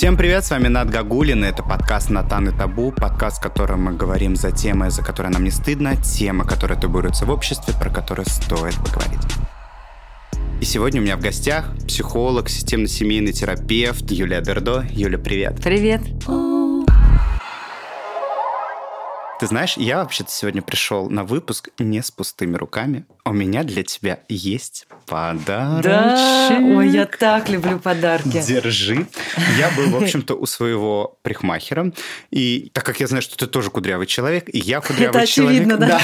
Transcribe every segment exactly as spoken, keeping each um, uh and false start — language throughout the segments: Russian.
Всем привет, с вами Нат Гагулин, и это подкаст «Натан и Табу», подкаст, в котором мы говорим за темы, за которые нам не стыдно, темы, которые табуируются в обществе, про которые стоит поговорить. И сегодня у меня в гостях психолог, системно-семейный терапевт Юлия Бердо. Юля, привет. Привет. Ты знаешь, я вообще-то сегодня пришел на выпуск не с пустыми руками. У меня для тебя есть подарочек. Да, ой, я так люблю подарки. Держи. Я был, в общем-то, у своего парикмахера. И так как я знаю, что ты тоже кудрявый человек, и я кудрявый Это человек. очевидно, да.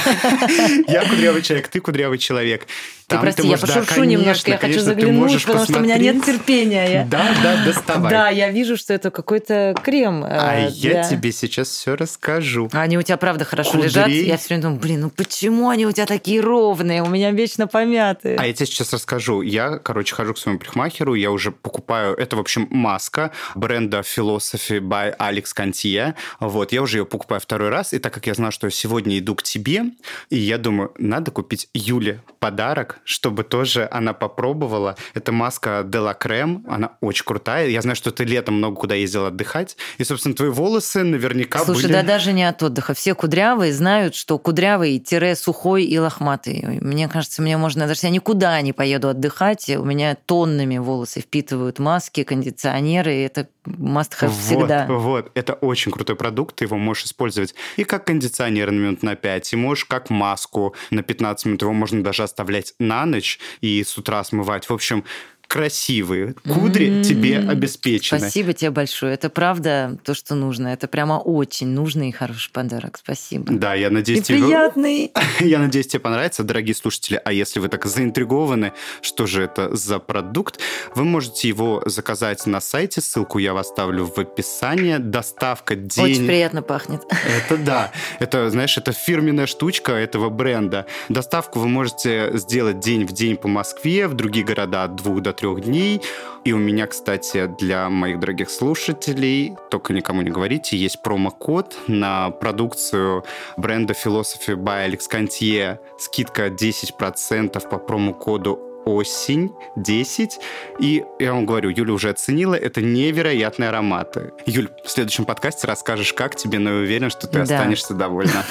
Я кудрявый человек, ты кудрявый человек. Ты прости, я пошуршу немножко, я хочу заглянуть, потому что у меня нет терпения. Да, да, доставай. Да, я вижу, что это какой-то крем. А я тебе сейчас все расскажу. Они у тебя правда хорошо лежат. Я все время думаю, блин, ну почему они у тебя такие ровные? У меня вечно помятые. А я тебе сейчас расскажу. Я, короче, хожу к своему парикмахеру, я уже покупаю... Это, в общем, маска бренда Philosophy by Alex Contier. Вот, я уже ее покупаю второй раз. И так как я знаю, что сегодня иду к тебе, и я думаю, надо купить Юле подарок, чтобы тоже она попробовала. Это маска De La Creme. Она очень крутая. Я знаю, что ты летом много куда ездила отдыхать. И, собственно, твои волосы наверняка Слушай, были... да даже не от отдыха. Все кудрявые знают, что кудрявый-сухой и лохматый. Мне кажется, мне можно... Даже если я никуда не поеду отдыхать, у меня тоннами волосы впитывают маски, кондиционеры, и это must-have вот, всегда. Вот, это очень крутой продукт, ты его можешь использовать и как кондиционер на минут на пять, и можешь как маску на пятнадцать минут, его можно даже оставлять на ночь и с утра смывать. В общем, красивые кудри mm-hmm. тебе обеспечены. Спасибо тебе большое. Это правда то, что нужно. Это прямо очень нужный и хороший подарок. Спасибо. Да, я надеюсь, и тебе... приятный. Я надеюсь, тебе понравится, дорогие слушатели. А если вы так заинтригованы, что же это за продукт, вы можете его заказать на сайте. Ссылку я оставлю в описании. Доставка день... Очень приятно пахнет. Это да. Это, знаешь, это фирменная штучка этого бренда. Доставку вы можете сделать день в день по Москве, в другие города от двух до трех дней. И у меня, кстати, для моих дорогих слушателей, только никому не говорите, есть промокод на продукцию бренда Philosophy by Alex Contier. Скидка десять процентов по промокоду осень десять. И я вам говорю, Юля уже оценила, это невероятные ароматы. Юль, в следующем подкасте расскажешь, как тебе, но я уверен, что ты да. останешься довольна.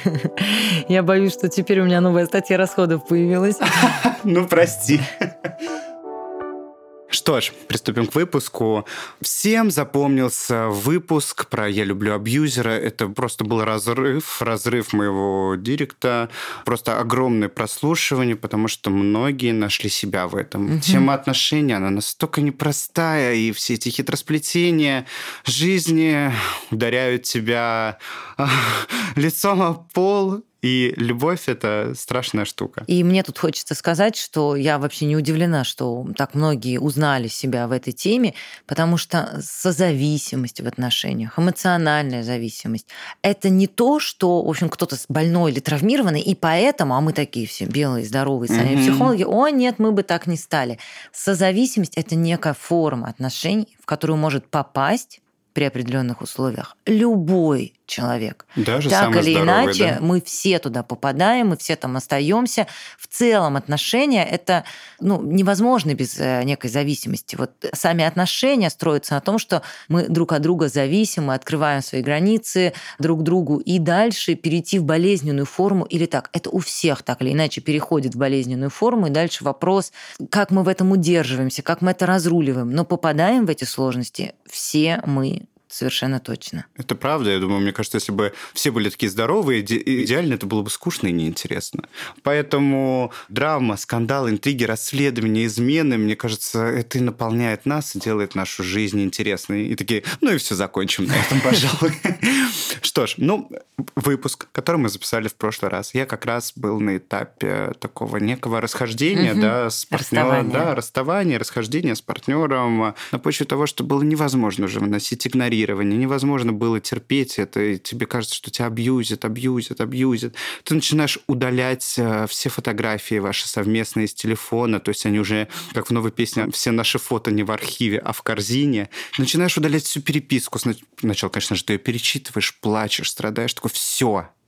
Я боюсь, что теперь у меня новая статья расходов появилась. Ну, прости. Что ж, приступим к выпуску. Всем запомнился выпуск про «Я люблю абьюзера». Это просто был разрыв, разрыв моего директа. Просто огромное прослушивание, потому что многие нашли себя в этом. Угу. Тема отношений, она настолько непростая, и все эти хитросплетения жизни ударяют тебя лицом о пол. И любовь – это страшная штука. И мне тут хочется сказать, что я вообще не удивлена, что так многие узнали себя в этой теме, потому что созависимость в отношениях, эмоциональная зависимость – это не то, что, в общем, кто-то больной или травмированный, и поэтому, а мы такие все белые, здоровые, сами mm-hmm. психологи, о, нет, мы бы так не стали. Созависимость – это некая форма отношений, в которую может попасть при определенных условиях любой человек. Даже так самый или здоровый, иначе, да? мы все туда попадаем, мы все там остаемся. В целом отношения это ну, невозможно без некой зависимости. Вот сами отношения строятся на том, что мы друг от друга зависим, мы открываем свои границы друг другу, и дальше перейти в болезненную форму или так. Это у всех так или иначе переходит в болезненную форму, и дальше вопрос, как мы в этом удерживаемся, как мы это разруливаем. Но попадаем в эти сложности все мы. Совершенно точно. Это правда. Я думаю, мне кажется, если бы все были такие здоровые, иде- идеально это было бы скучно и неинтересно. Поэтому драма, скандалы, интриги, расследования, измены, мне кажется, это и наполняет нас, и делает нашу жизнь интересной. И такие, ну и все, закончим на этом, пожалуй. Что ж, ну, выпуск, который мы записали в прошлый раз, я как раз был на этапе такого некого расхождения, да, с партнером. Да, расставания, расхождения с партнером на почве того, что было невозможно уже выносить игнорирование. Невозможно было терпеть это, и тебе кажется, что тебя абьюзят, абьюзят, абьюзят. Ты начинаешь удалять все фотографии ваши совместные с телефона, то есть они уже, как в новой песне, все наши фото не в архиве, а в корзине. Начинаешь удалять всю переписку. Сначала, конечно же, ты ее перечитываешь, плачешь, страдаешь, такой, все,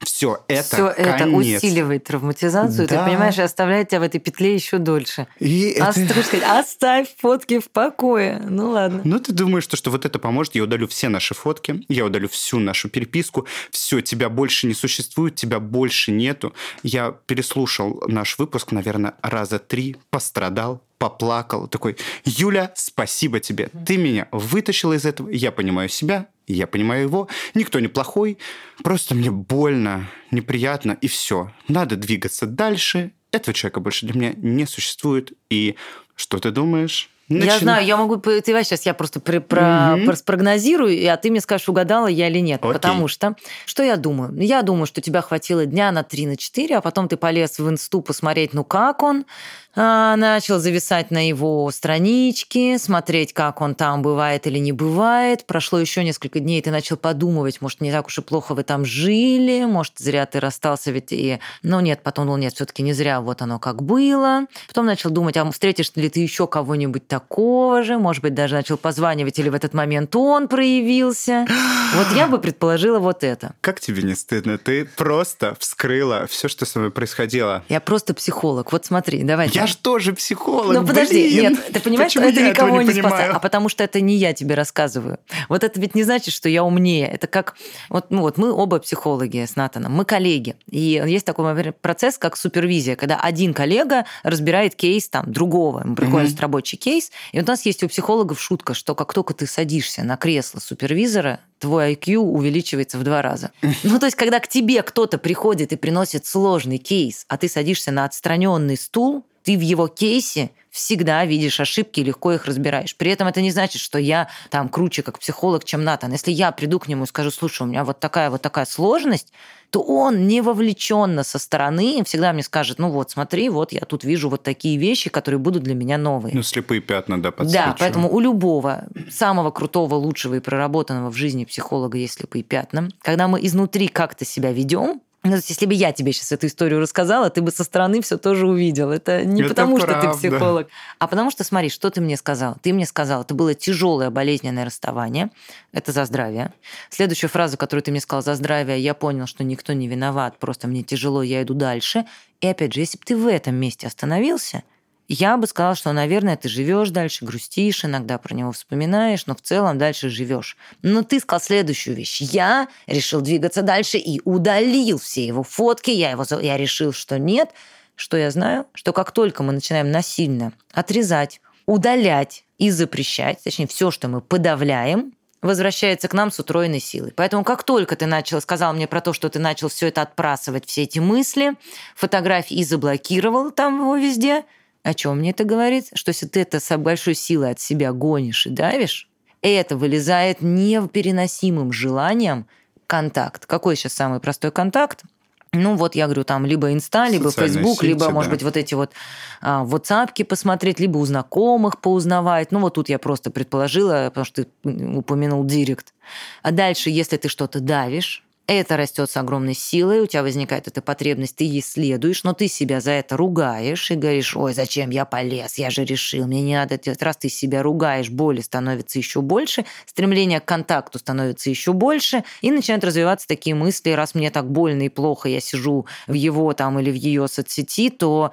Все, это Все это усиливает травматизацию, да. Ты понимаешь, и оставляет тебя в этой петле еще дольше. И Оставь, это... сказать, оставь фотки в покое. Ну ладно. Ну, ты думаешь, что, что вот это поможет? Я удалю все наши фотки, я удалю всю нашу переписку, все, тебя больше не существует, тебя больше нету. Я переслушал наш выпуск, наверное, раза три, пострадал, поплакал. Такой: Юля, спасибо тебе. Ты меня вытащила из этого. Я понимаю себя, я понимаю его. Никто не плохой. Просто мне больно, неприятно, и все. Надо двигаться дальше. Этого человека больше для меня не существует. И что ты думаешь? Начи... Я знаю, я могу... Ты давай сейчас я просто про... mm-hmm. про... спрогнозирую, а ты мне скажешь, угадала я или нет. Okay. Потому что... Что я думаю? Я думаю, что тебя хватило дня на три, на четыре, а потом ты полез в инсту посмотреть, ну как он, а, начал зависать на его страничке, смотреть, как он там бывает или не бывает. Прошло еще несколько дней, ты начал подумывать, может, не так уж и плохо вы там жили, может, зря ты расстался, ведь и... Ну нет, потом, ну нет, все-таки не зря, вот оно как было. Потом начал думать, а встретишь ли ты еще кого-нибудь такого же, может быть, даже начал позванивать, или в этот момент он проявился. Вот я бы предположила вот это. Как тебе не стыдно? Ты просто вскрыла все, что с вами происходило. Я просто психолог. Вот смотри, давай. Я же тоже психолог. Ну подожди, блин. Нет, ты понимаешь, Почему что это никого не, не спасает, а потому что это не я тебе рассказываю. Вот это ведь не значит, что я умнее. Это как... Вот, ну, вот мы оба психологи с Натаном, мы коллеги. И есть такой процесс, как супервизия, когда один коллега разбирает кейс там, другого. Мы приходим mm-hmm. с рабочий кейс, и вот у нас есть у психологов шутка, что как только ты садишься на кресло супервизора, твой ай кью увеличивается в два раза. Ну, то есть, когда к тебе кто-то приходит и приносит сложный кейс, а ты садишься на отстраненный стул, ты в его кейсе всегда видишь ошибки и легко их разбираешь. При этом это не значит, что я там круче как психолог, чем Натан. Если я приду к нему и скажу: слушай, у меня вот такая вот такая сложность, то он не вовлеченно со стороны всегда мне скажет: ну вот, смотри, вот я тут вижу вот такие вещи, которые будут для меня новые. Ну, слепые пятна, да, подсвечиваю. Да, поэтому у любого самого крутого, лучшего и проработанного в жизни психолога есть слепые пятна. Когда мы изнутри как-то себя ведем, ну, если бы я тебе сейчас эту историю рассказала, ты бы со стороны все тоже увидел. Это не это потому, правда. Что ты психолог, а потому что, смотри, что ты мне сказал. Ты мне сказал, это было тяжелое болезненное расставание. Это за здравие. Следующую фразу, которую ты мне сказал: за здравие, я понял, что никто не виноват, просто мне тяжело, я иду дальше. И опять же, если бы ты в этом месте остановился, я бы сказала, что, наверное, ты живешь дальше, грустишь, иногда про него вспоминаешь, но в целом дальше живешь. Но ты сказал следующую вещь. Я решил двигаться дальше и удалил все его фотки. Я, его, я решил, что нет. Что я знаю? Что как только мы начинаем насильно отрезать, удалять и запрещать, точнее, все, что мы подавляем, возвращается к нам с утроенной силой. Поэтому как только ты начал, сказал мне про то, что ты начал все это отбрасывать, все эти мысли, фотографии, и заблокировал там его везде, о чем мне это говорит? Что если ты это с большой силой от себя гонишь и давишь, это вылезает непереносимым желанием контакт. Какой сейчас самый простой контакт? Ну, вот я говорю, там либо Инста, либо Фейсбук, либо, может да. быть, вот эти вот а, ватсапки посмотреть, либо у знакомых поузнавать. Ну, вот тут я просто предположила, потому что ты упомянул директ. А дальше, если ты что-то давишь, это растет с огромной силой, у тебя возникает эта потребность, ты ей следуешь, но ты себя за это ругаешь и говоришь: ой, зачем я полез, я же решил, мне не надо делать. Раз ты себя ругаешь, боли становится еще больше, стремление к контакту становится еще больше, и начинают развиваться такие мысли: раз мне так больно и плохо, я сижу в его там или в ее соцсети, то,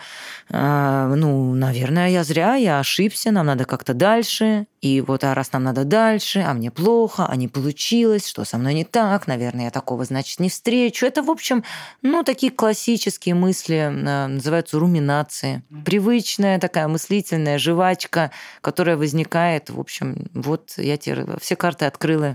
э, ну, наверное, я зря, я ошибся, нам надо как-то дальше. И вот, а раз нам надо дальше, а мне плохо, а не получилось, что со мной не так, наверное, я такого, значит, не встречу. Это, в общем, ну, такие классические мысли, называются руминации. Привычная такая мыслительная жвачка, которая возникает, в общем, вот я тебе все карты открыла.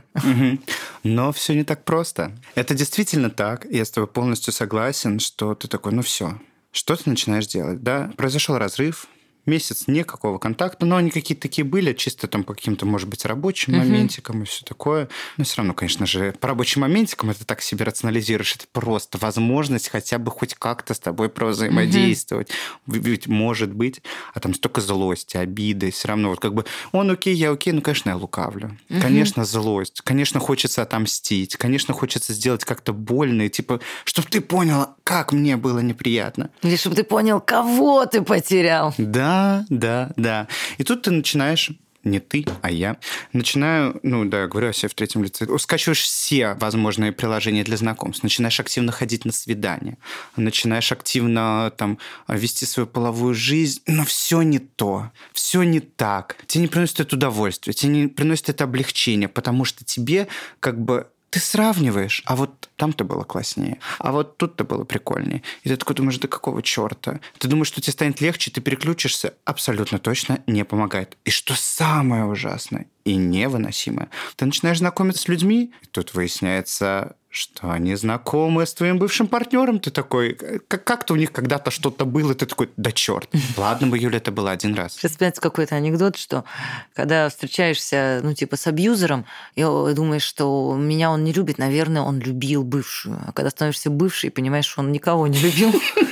Но все не так просто. Это действительно так, я с тобой полностью согласен, что ты такой: ну все, что ты начинаешь делать? Да, произошел разрыв, месяц никакого контакта, но они какие-то такие были, чисто там по каким-то, может быть, рабочим uh-huh. моментикам и все такое. Но все равно, конечно же, по рабочим моментикам это так себе рационализируешь. Это просто возможность хотя бы хоть как-то с тобой взаимодействовать. Uh-huh. Ведь может быть, а там столько злости, обиды, все равно вот как бы он окей, я окей, ну, конечно, я лукавлю. Uh-huh. Конечно, злость. Конечно, хочется отомстить. Конечно, хочется сделать как-то больно, и типа, чтобы ты поняла, как мне было неприятно. Или чтобы ты понял, кого ты потерял. Да, Да, да, да. И тут ты начинаешь не ты, а я. Начинаю, ну да, говорю о себе в третьем лице. Скачиваешь все возможные приложения для знакомств. Начинаешь активно ходить на свидания. Начинаешь активно там вести свою половую жизнь. Но все не то. Все не так. Тебе не приносит это удовольствие. Тебе не приносит это облегчение. Потому что тебе как бы... Ты сравниваешь, а вот там-то было класснее, а вот тут-то было прикольнее. И ты такой думаешь, да какого черта? Ты думаешь, что тебе станет легче, ты переключишься? Абсолютно точно не помогает. И что самое ужасное и невыносимое, ты начинаешь знакомиться с людьми, и тут выясняется, что они знакомы с твоим бывшим партнером. Ты такой, как- как-то у них когда-то что-то было, ты такой, да черт. Ладно бы, Юля, это было один раз. Сейчас вспоминается какой-то анекдот, что когда встречаешься, ну, типа, с абьюзером, и думаешь, что меня он не любит, наверное, он любил бывшую. А когда становишься бывшей, понимаешь, что он никого не любил.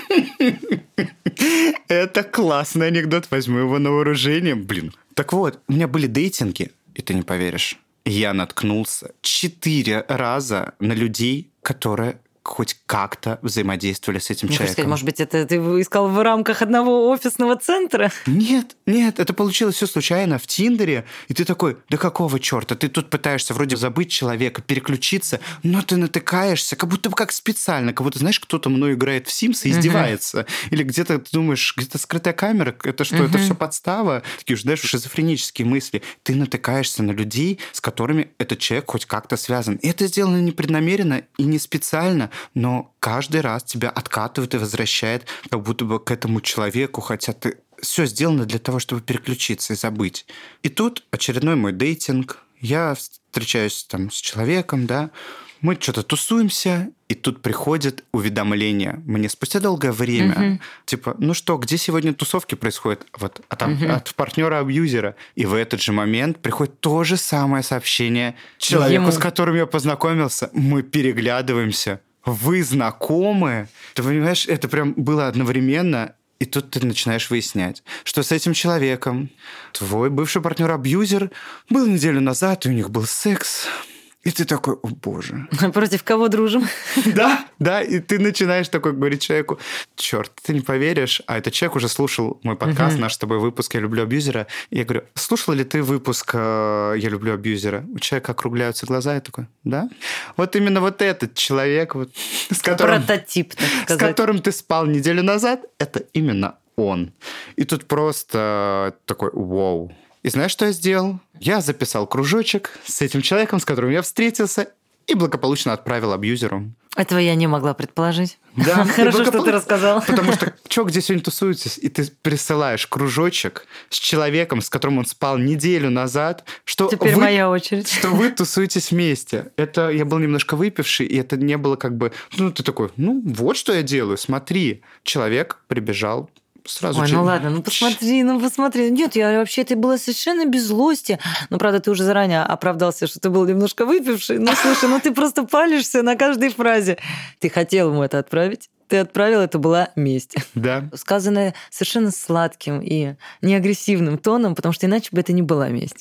Это классный анекдот, возьму его на вооружение. Блин. Так вот, у меня были дейтинги, и ты не поверишь, я наткнулся четыре раза на людей, которые хоть как-то взаимодействовали с этим Ну, хочу человеком. сказать, может быть, это ты искал в рамках одного офисного центра? Нет, нет, это получилось все случайно в Тиндере, и ты такой, да какого черта? Ты тут пытаешься вроде забыть человека, переключиться, но ты натыкаешься, как будто бы как специально, как будто, знаешь, кто-то мной играет в Sims и издевается. Uh-huh. Или где-то ты думаешь, где-то скрытая камера, это что, uh-huh. это все подстава? Такие уже, знаешь, шизофренические мысли. Ты натыкаешься на людей, с которыми этот человек хоть как-то связан. И это сделано непреднамеренно и не специально, но каждый раз тебя откатывает и возвращает как будто бы к этому человеку, хотя ты все сделано для того, чтобы переключиться и забыть. И тут очередной мой дейтинг. Я встречаюсь там с человеком, да, мы что-то тусуемся, и тут приходит уведомление мне спустя долгое время. Uh-huh. Типа, ну что, где сегодня тусовки происходят? Вот, а там uh-huh. от партнера-абьюзера. И в этот же момент приходит то же самое сообщение человеку, Ему... с которым я познакомился. Мы переглядываемся. Вы знакомы? Ты понимаешь, это прям было одновременно. И тут ты начинаешь выяснять, что с этим человеком твой бывший партнер-абьюзер был неделю назад, и у них был секс. И ты такой, о боже. Против кого дружим? Да, да, и ты начинаешь такой говорить человеку, черт, ты не поверишь, а этот человек уже слушал мой подкаст, uh-huh. наш с тобой выпуск «Я люблю абьюзера». И я говорю, слушал ли ты выпуск «Я люблю абьюзера»? У человека округляются глаза, я такой, да? Вот именно вот этот человек, вот, с которым, прототип, так сказать. С которым ты спал неделю назад, это именно он. И тут просто такой, вау. И знаешь, что я сделал? Я записал кружочек с этим человеком, с которым я встретился, и благополучно отправил абьюзеру. Этого я не могла предположить. Да, хорошо, благопол... что ты рассказал. Потому что, чё, где сегодня тусуетесь? И ты присылаешь кружочек с человеком, с которым он спал неделю назад, что Теперь вы, моя очередь. Что вы тусуетесь вместе. Это я был немножко выпивший, и это не было как бы... Ну, ты такой, ну, вот что я делаю, смотри. Человек прибежал, сразу Ой, че... ну ладно, ну посмотри, ну посмотри. Нет, я вообще, это было совершенно без злости. Ну, правда, ты уже заранее оправдался, что ты был немножко выпивший. Ну, слушай, ну ты просто палишься на каждой фразе. Ты хотел ему это отправить? Ты отправил, это была месть. Да. Сказанное совершенно сладким и неагрессивным тоном, потому что иначе бы это не была месть.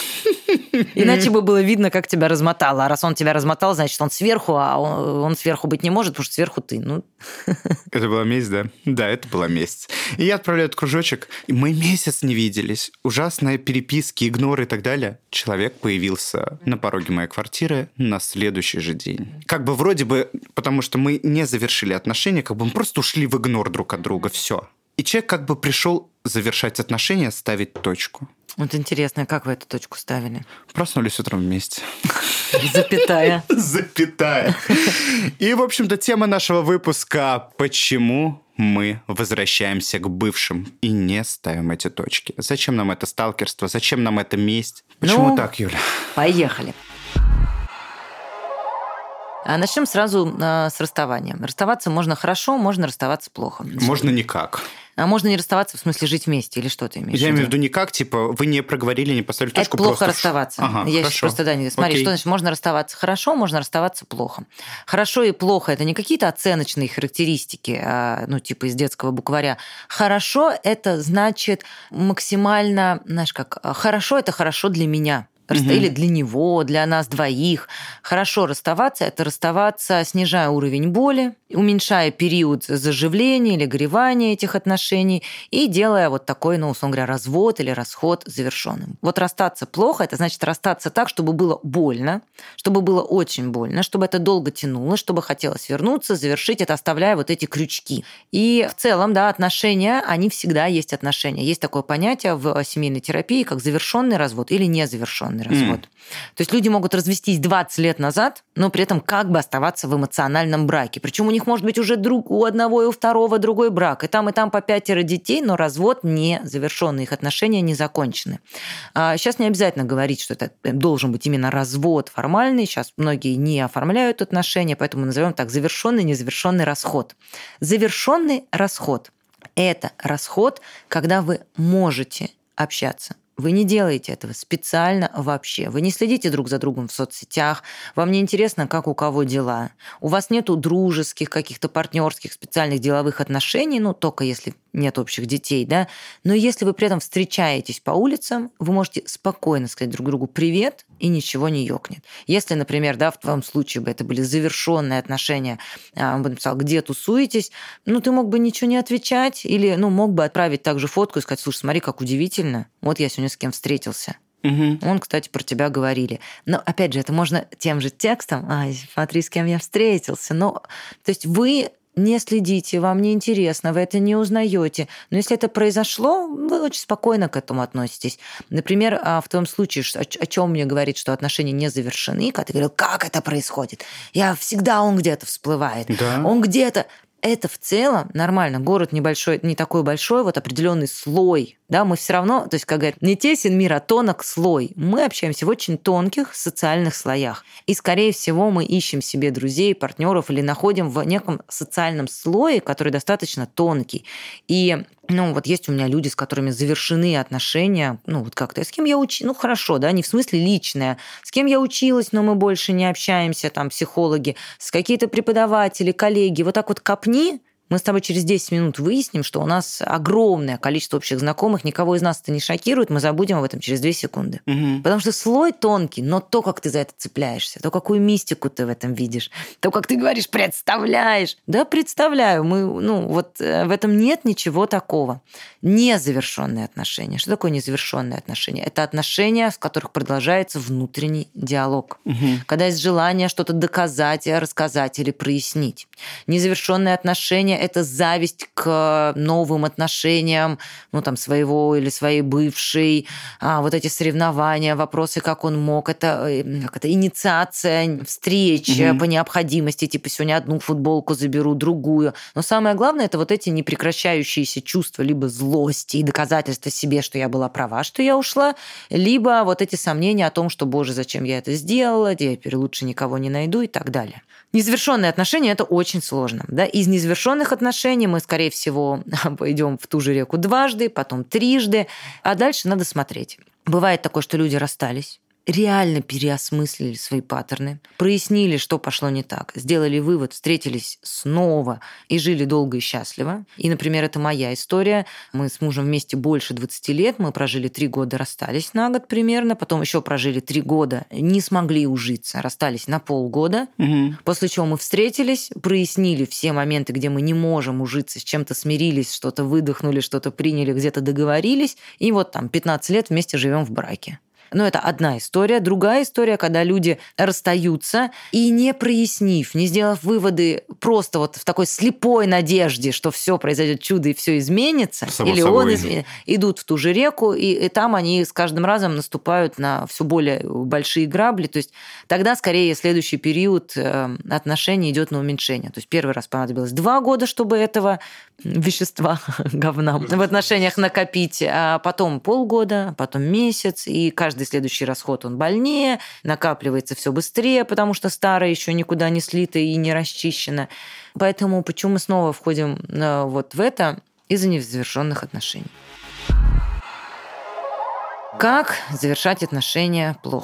Иначе бы было видно, как тебя размотало. А раз он тебя размотал, значит, он сверху, а он, он сверху быть не может, потому что сверху ты. Ну. Это была месть, да? Да, это была месть. И я отправляю этот кружочек, и мы месяц не виделись. Ужасные переписки, игноры и так далее. Человек появился на пороге моей квартиры на следующий же день. Как бы вроде бы, потому что мы не завершили отношения, как бы мы просто ушли в игнор друг от друга, все. И человек как бы пришел завершать отношения, ставить точку. Вот интересно, как вы эту точку ставили? Проснулись утром вместе. Запятая. Запятая. И, в общем-то, тема нашего выпуска «Почему мы возвращаемся к бывшим и не ставим эти точки? Зачем нам это сталкерство? Зачем нам эта месть? Почему ну, так, Юля?» Поехали. Начнем сразу э, с расставания. Расставаться можно хорошо, можно расставаться плохо. Можно никак. А можно не расставаться, в смысле жить вместе, или что ты имеешь в виду? Я имею в виду никак, типа вы не проговорили, не поставили точку. Это плохо просто... расставаться. Ага, Я хорошо. сейчас просто, да, не... Смотри, Окей. что значит можно расставаться хорошо, можно расставаться плохо. Хорошо и плохо – это не какие-то оценочные характеристики, а, ну, типа из детского букваря. Хорошо – это значит максимально, знаешь как, хорошо – это хорошо для меня. Раста... Или для него, для нас двоих. Хорошо расставаться – это расставаться, снижая уровень боли, уменьшая период заживления или горевания этих отношений и делая вот такой, ну, условно говоря, развод или расход завершенным. Вот расстаться плохо – это значит расстаться так, чтобы было больно, чтобы было очень больно, чтобы это долго тянуло, чтобы хотелось вернуться, завершить это, оставляя вот эти крючки. И в целом, да, отношения, они всегда есть отношения. Есть такое понятие в семейной терапии, как завершенный развод или незавершенный развод. Mm. То есть люди могут развестись двадцать лет назад, но при этом как бы оставаться в эмоциональном браке. Причем у них может быть уже друг, у одного и у второго другой брак. И там, и там по пятеро детей, но развод не завершенный, их отношения не закончены. Сейчас не обязательно говорить, что это должен быть именно развод формальный. Сейчас многие не оформляют отношения, поэтому мы назовем так завершенный, незавершенный расход. Завершенный расход – это расход, когда вы можете общаться. Вы не делаете этого специально вообще. Вы не следите друг за другом в соцсетях. Вам не интересно, как у кого дела. У вас нету дружеских, каких-то партнерских, специальных деловых отношений, ну, только если нет общих детей, да. Но если вы при этом встречаетесь по улицам, вы можете спокойно сказать друг другу «привет», и ничего не ёкнет. Если, например, да, в твоем случае бы это были завершенные отношения, он бы написал «где тусуетесь?», ну, ты мог бы ничего не отвечать или, ну, мог бы отправить также фотку и сказать «слушай, смотри, как удивительно, вот я сегодня с кем встретился». Угу. Он, кстати, про тебя говорили. Но, опять же, это можно тем же текстом «ай, смотри, с кем я встретился». Но, то есть вы не следите, вам не интересно, вы это не узнаете. Но если это произошло, вы очень спокойно к этому относитесь. Например, в том случае, о чем мне говорит, что отношения не завершены, когда ты говорил, как это происходит? Я всегда он где-то всплывает. Да. Он где-то... Это в целом нормально. Город небольшой, не такой большой, вот определенный слой. Да, мы все равно, то есть, как говорят, не тесен мир, а тонок слой. Мы общаемся в очень тонких социальных слоях. И, скорее всего, мы ищем себе друзей, партнеров или находим в неком социальном слое, который достаточно тонкий. И ну, вот есть у меня люди, с которыми завершены отношения, ну, вот как-то, с кем я училась, ну, хорошо, да, не в смысле личное, с кем я училась, но мы больше не общаемся, там, психологи, с какие-то преподаватели, коллеги, вот так вот копни, мы с тобой через десять минут выясним, что у нас огромное количество общих знакомых, никого из нас это не шокирует, мы забудем об этом через две секунды. Угу. Потому что слой тонкий, но то, как ты за это цепляешься, то, какую мистику ты в этом видишь, то, как ты говоришь, представляешь. Да, представляю. Мы, ну, вот в этом нет ничего такого. Незавершенные отношения. Что такое незавершенные отношения? Это отношения, в которых продолжается внутренний диалог. Угу. Когда есть желание что-то доказать, рассказать или прояснить. Незавершенные отношения это зависть к новым отношениям, ну, там, своего или своей бывшей, а, вот эти соревнования, вопросы, как он мог, это, как это инициация встреч mm-hmm. по необходимости, типа, сегодня одну футболку заберу, другую. Но самое главное, это вот эти непрекращающиеся чувства либо злости и доказательства себе, что я была права, что я ушла, либо вот эти сомнения о том, что, боже, зачем я это сделала, я теперь лучше никого не найду и так далее. Незавершенные отношения – это очень сложно. Да? Из незавершенных отношений мы, скорее всего, пойдем в ту же реку дважды, потом трижды, а дальше надо смотреть. Бывает такое, что люди расстались, реально переосмыслили свои паттерны, прояснили, что пошло не так, сделали вывод, встретились снова и жили долго и счастливо. И, например, это моя история. Мы с мужем вместе больше двадцати лет, мы прожили три года, расстались на год примерно, потом еще прожили три года, не смогли ужиться, расстались на полгода, угу. после чего мы встретились, прояснили все моменты, где мы не можем ужиться, с чем-то смирились, что-то выдохнули, что-то приняли, где-то договорились, и вот там пятнадцать лет вместе живем в браке. Но это одна история. Другая история, когда люди расстаются и не прояснив, не сделав выводы просто вот в такой слепой надежде, что все произойдет чудо и все изменится, само или собой. Он изменится, идут в ту же реку, и, и там они с каждым разом наступают на все более большие грабли. То есть тогда скорее следующий период отношений идет на уменьшение. То есть первый раз понадобилось два года, чтобы этого вещества говна в отношениях накопить, а потом полгода, потом месяц, и каждый следующий расход, он больнее, накапливается все быстрее, потому что старое еще никуда не слито и не расчищено. Поэтому почему мы снова входим вот в это? Из-за незавершенных отношений. Как завершать отношения плохо?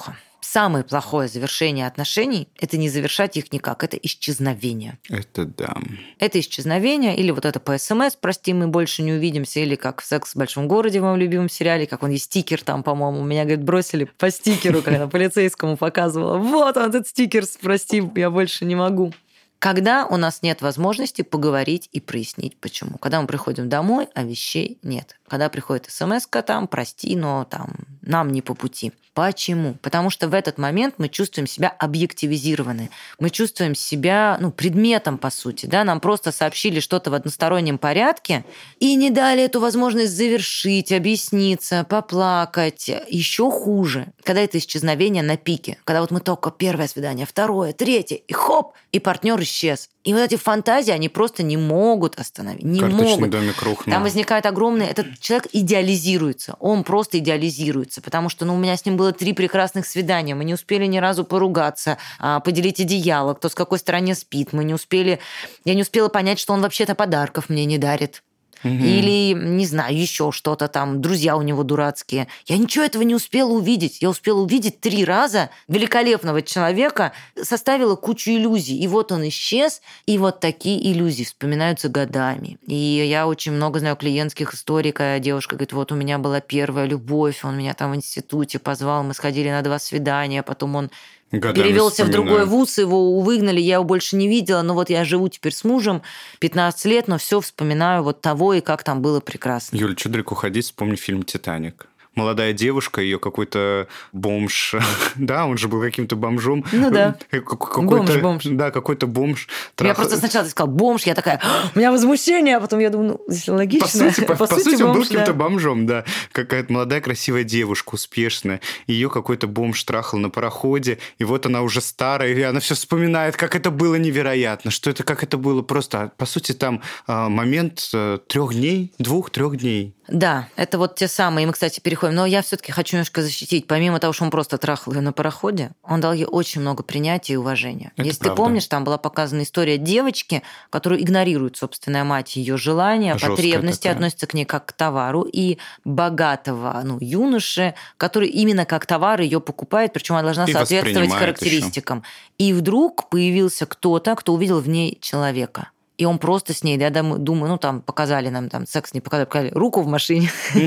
самое плохое завершение отношений – это не завершать их никак, это исчезновение. Это да. Это исчезновение, или вот это по СМС, прости, мы больше не увидимся, или как в «Секс в большом городе» в моем любимом сериале, как он есть стикер там, по-моему, меня, говорит, бросили по стикеру, когда полицейскому показывала. Вот он, этот стикер, прости, я больше не могу. Когда у нас нет возможности поговорить и прояснить, почему. Когда мы приходим домой, а вещей нет. Когда приходит смс-ка там, прости, но там нам не по пути. Почему? Потому что в этот момент мы чувствуем себя объективизированы. Мы чувствуем себя ну, предметом, по сути. Да? Нам просто сообщили что-то в одностороннем порядке и не дали эту возможность завершить, объясниться, поплакать. Еще хуже, когда это исчезновение на пике. Когда вот мы только первое свидание, второе, третье, и хоп, и партнер исчез. И вот эти фантазии, они просто не могут остановить. Не Карточный могут. домик рухнул. Там возникает огромный... Этот человек идеализируется. Он просто идеализируется. Потому что ну, у меня с ним было три прекрасных свидания. Мы не успели ни разу поругаться, поделить одеяло, кто с какой стороне спит. Мы не успели... Я не успела понять, что он вообще-то подарков мне не дарит. Угу. Или, не знаю, еще что-то там, друзья у него дурацкие. Я ничего этого не успела увидеть. Я успела увидеть три раза великолепного человека, составила кучу иллюзий. И вот он исчез, и вот такие иллюзии вспоминаются годами. И я очень много знаю клиентских историй, когда девушка говорит, вот у меня была первая любовь, он меня там в институте позвал, мы сходили на два свидания, потом он... Годами перевелся в другой вуз, его выгнали, я его больше не видела, но вот я живу теперь с мужем пятнадцать лет, но все вспоминаю вот того и как там было прекрасно. Юль, что далеко ходить, вспомни фильм «Титаник». Молодая девушка, ее какой-то бомж, да, он же был каким-то бомжом. Ну да, какой-то, бомж, бомж. Да, какой-то бомж. Трах... Я просто сначала сказала бомж, я такая, у меня возмущение, а потом я думаю, ну, если логично. По сути, по, по, по сути, сути он был каким-то да. бомжом, да. Какая-то молодая красивая девушка, успешная. Ее какой-то бомж трахал на пароходе, и вот она уже старая, и она все вспоминает, как это было невероятно, что это, как это было просто. По сути, там момент трех дней, двух-трех дней. Да, это вот те самые, мы, кстати, переходим, но я все-таки хочу немножко защитить, помимо того, что он просто трахал ее на пароходе, он дал ей очень много принятия и уважения. Это Если правда. Ты помнишь, там была показана история девочки, которую игнорирует собственная мать ее желания, жесткая потребности, такая. Относится к ней как к товару, и богатого ну, юноши, который именно как товар ее покупает, причем она должна и соответствовать характеристикам. Еще. И вдруг появился кто-то, кто увидел в ней человека. И он просто с ней, я думаю, ну там показали нам, там секс не показали, показали руку в машине,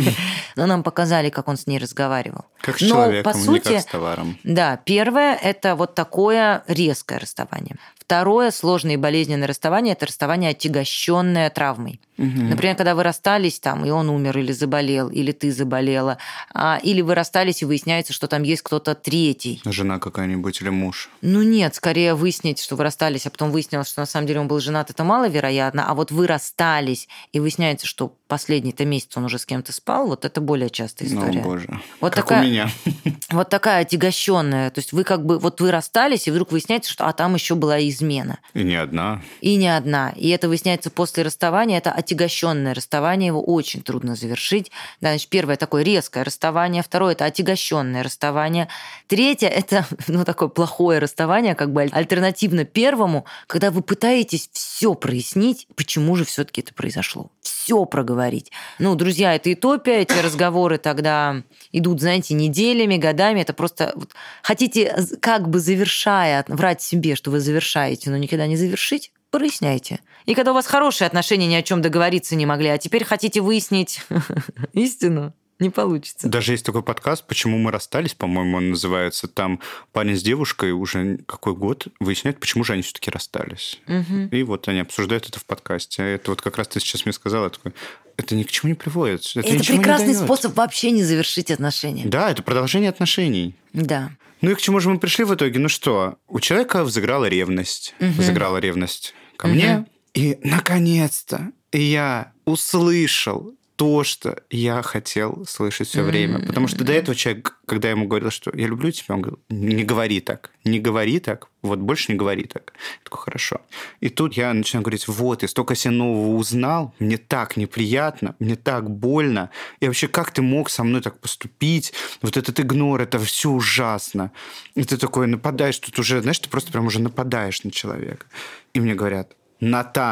но нам показали, как он с ней разговаривал. Как с человеком, не как с товаром. Да, первое – это вот такое резкое расставание. Второе сложное и болезненное расставание – это расставание, отягощенное травмой. Угу. Например, когда вы расстались, там, и он умер или заболел, или ты заболела, а, или вы расстались, и выясняется, что там есть кто-то третий. Жена какая-нибудь или муж? Ну нет, скорее выяснить, что вы расстались, а потом выяснилось, что на самом деле он был женат, это маловероятно, а вот вы расстались, и выясняется, что последний-то месяц он уже с кем-то спал, вот это более частая история. О, боже. Вот как такая, у меня. Вот такая отягощенная. То есть вы как бы, вот вы расстались, и вдруг выясняется, что а там еще была измена. И не одна. И не одна. И это выясняется после расставания, это отягощенное расставание, его очень трудно завершить. Да, значит, первое такое резкое расставание, второе это отягощенное расставание, третье это ну, такое плохое расставание, как бы альтернативно первому, когда вы пытаетесь все прояснить, почему же все-таки это произошло. Все проговорить. Ну, друзья, это утопия, эти разговоры тогда идут, знаете, неделями, годами. Это просто вот, хотите, как бы завершая, врать себе, что вы завершаете, но никогда не завершить, проясняйте. И когда у вас хорошие отношения, ни о чем договориться не могли, а теперь хотите выяснить истину, не получится. Даже есть такой подкаст «Почему мы расстались», по-моему, он называется. Там парень с девушкой уже какой год выясняют, почему же они все-таки расстались. Угу. И вот они обсуждают это в подкасте. Это вот как раз ты сейчас мне сказала, такой, это ни к чему не приводит. Это, это прекрасный способ вообще не завершить отношения. Да, это продолжение отношений. Да. Ну и к чему же мы пришли в итоге? Ну что, у человека взыграла ревность. Угу. Взыграла ревность ко угу. мне. И, наконец-то, я услышал то, что я хотел слышать все время. Mm-hmm. Потому что до этого человек, когда я ему говорил, что я люблю тебя, он говорил, не говори так, не говори так, вот больше не говори так. Я такой, хорошо. И тут я начинаю говорить, вот, я столько себе нового узнал, мне так неприятно, мне так больно. И вообще, как ты мог со мной так поступить? Вот этот игнор, это все ужасно. И ты такой нападаешь, тут уже, знаешь, ты просто прям уже нападаешь на человека. И мне говорят, Натан,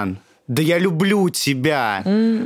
да я люблю тебя,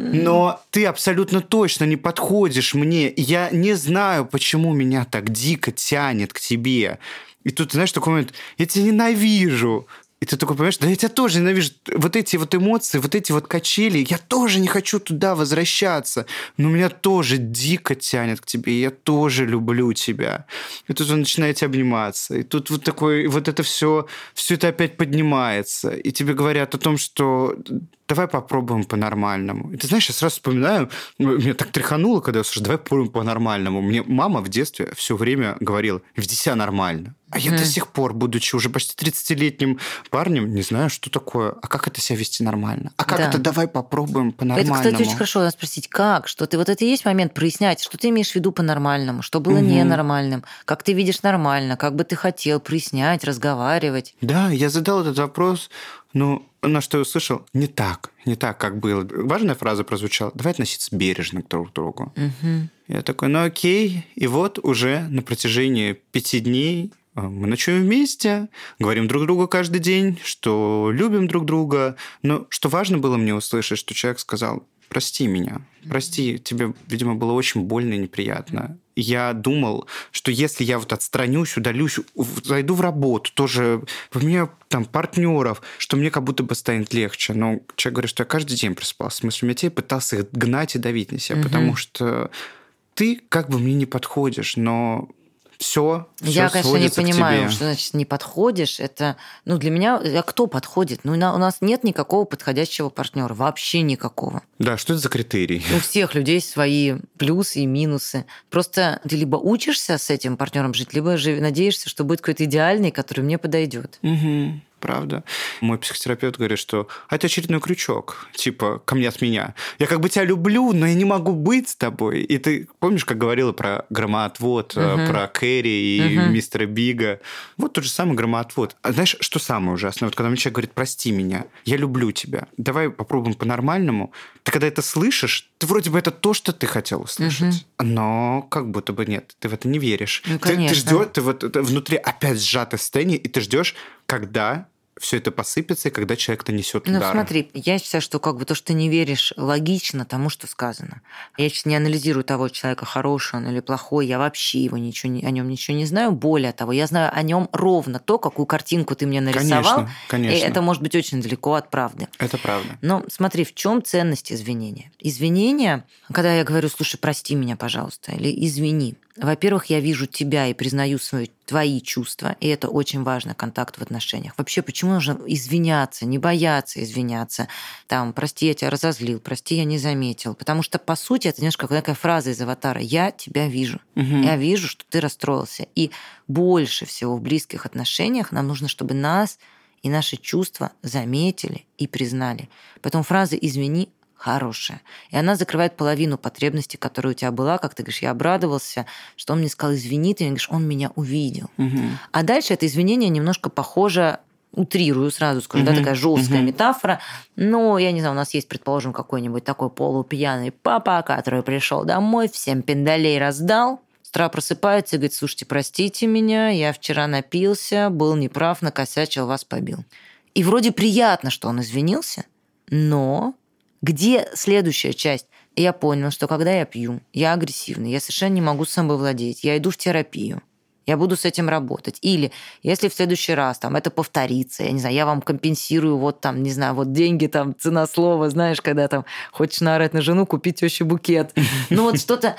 но ты абсолютно точно не подходишь мне. Я не знаю, почему меня так дико тянет к тебе. И тут, знаешь, такой момент, я тебя ненавижу. И ты такой понимаешь, да я тебя тоже ненавижу. Вот эти вот эмоции, вот эти вот качели, я тоже не хочу туда возвращаться. Но меня тоже дико тянет к тебе, и я тоже люблю тебя. И тут вы начинаете обниматься. И тут вот такой, вот это все, все это опять поднимается. И тебе говорят о том, что давай попробуем по-нормальному. И ты знаешь, я сразу вспоминаю, меня так тряхануло, когда я слушаю, давай попробуем по-нормальному. Мне мама в детстве все время говорила, веди себя нормально. А я mm. до сих пор, будучи уже почти тридцатилетним парнем, не знаю, что такое. А как это себя вести нормально? А как да. это давай попробуем по-нормальному? Это, кстати, очень хорошо надо спросить, как? Что ты вот это и есть момент прояснять, что ты имеешь в виду по-нормальному, что было mm-hmm. ненормальным, как ты видишь нормально, как бы ты хотел прояснять, разговаривать. Да, я задал этот вопрос, но на что я услышал, не так, не так, как было. Важная фраза прозвучала, давай относиться бережно друг к другу. Mm-hmm. Я такой, ну окей. И вот уже на протяжении пяти дней мы ночуем вместе, говорим друг другу каждый день, что любим друг друга. Но что важно было мне услышать, что человек сказал, прости меня, прости, тебе, видимо, было очень больно и неприятно. Я думал, что если я вот отстранюсь, удалюсь, зайду в работу, тоже поменяю там партнеров, что мне как будто бы станет легче. Но человек говорит, что я каждый день просыпался с мыслями о тебе, пытался их гнать и давить на себя, угу. потому что ты как бы мне не подходишь, но... Все, я, все конечно, не понимаю, тебе. что значит не подходишь. Это, ну, для меня, а кто подходит? Ну, у нас нет никакого подходящего партнера, вообще никакого. Да, что это за критерий? У всех людей свои плюсы и минусы. Просто ты либо учишься с этим партнером жить, либо же надеешься, что будет какой-то идеальный, который мне подойдет. Угу. Правда. Мой психотерапевт говорит, что а это очередной крючок, типа, ко мне от меня. Я как бы тебя люблю, но я не могу быть с тобой. И ты помнишь, как говорила про громоотвод, uh-huh. про Кэрри и uh-huh. мистера Бига? Вот тот же самый громоотвод. А знаешь, что самое ужасное? Вот когда мне человек говорит, прости меня, я люблю тебя, давай попробуем по-нормальному. Ты когда это слышишь, ты вроде бы это то, что ты хотел услышать. Uh-huh. Но как будто бы нет, ты в это не веришь. Ну, ты, ты ждешь, ты вот внутри опять сжатое состояние, и ты ждешь, когда все это посыпется, и когда человек-то несет удар. Ну, смотри, я считаю, что как бы то, что ты не веришь, логично тому, что сказано. Я сейчас не анализирую того человека, хороший он или плохой, я вообще его ничего не, о нем ничего не знаю. Более того, я знаю о нем ровно то, какую картинку ты мне нарисовал. Конечно, конечно. И это может быть очень далеко от правды. Это правда. Но смотри, в чем ценность извинения? Извинения, когда я говорю, слушай, прости меня, пожалуйста, или извини. Во-первых, я вижу тебя и признаю свои, твои чувства, и это очень важно, контакт в отношениях. Вообще, почему нужно извиняться, не бояться извиняться? Там, прости, я тебя разозлил, прости, я не заметил. Потому что, по сути, это немножко как такая фраза из «Аватара». «Я тебя вижу». Угу. Я вижу, что ты расстроился. И больше всего в близких отношениях нам нужно, чтобы нас и наши чувства заметили и признали. Поэтому фраза «извини» хорошая. И она закрывает половину потребностей, которая у тебя была. Как ты говоришь, я обрадовался, что он мне сказал «извини», ты мне говоришь, он меня увидел. Угу. А дальше это извинение немножко похоже, утрирую сразу скажу, угу. да, такая жесткая угу. метафора. Но, я не знаю, у нас есть, предположим, какой-нибудь такой полупьяный папа, который пришел домой, всем пиндалей раздал, с утра просыпается и говорит, слушайте, простите меня, я вчера напился, был неправ, накосячил, вас побил. И вроде приятно, что он извинился, но... Где следующая часть? Я понял, что когда я пью, я агрессивный, я совершенно не могу с собой владеть, я иду в терапию, я буду с этим работать. Или если в следующий раз там это повторится, я не знаю, я вам компенсирую вот там, не знаю, вот деньги, там, цена слова, знаешь, когда там хочешь наорать на жену, купить тёще букет. Ну вот что-то...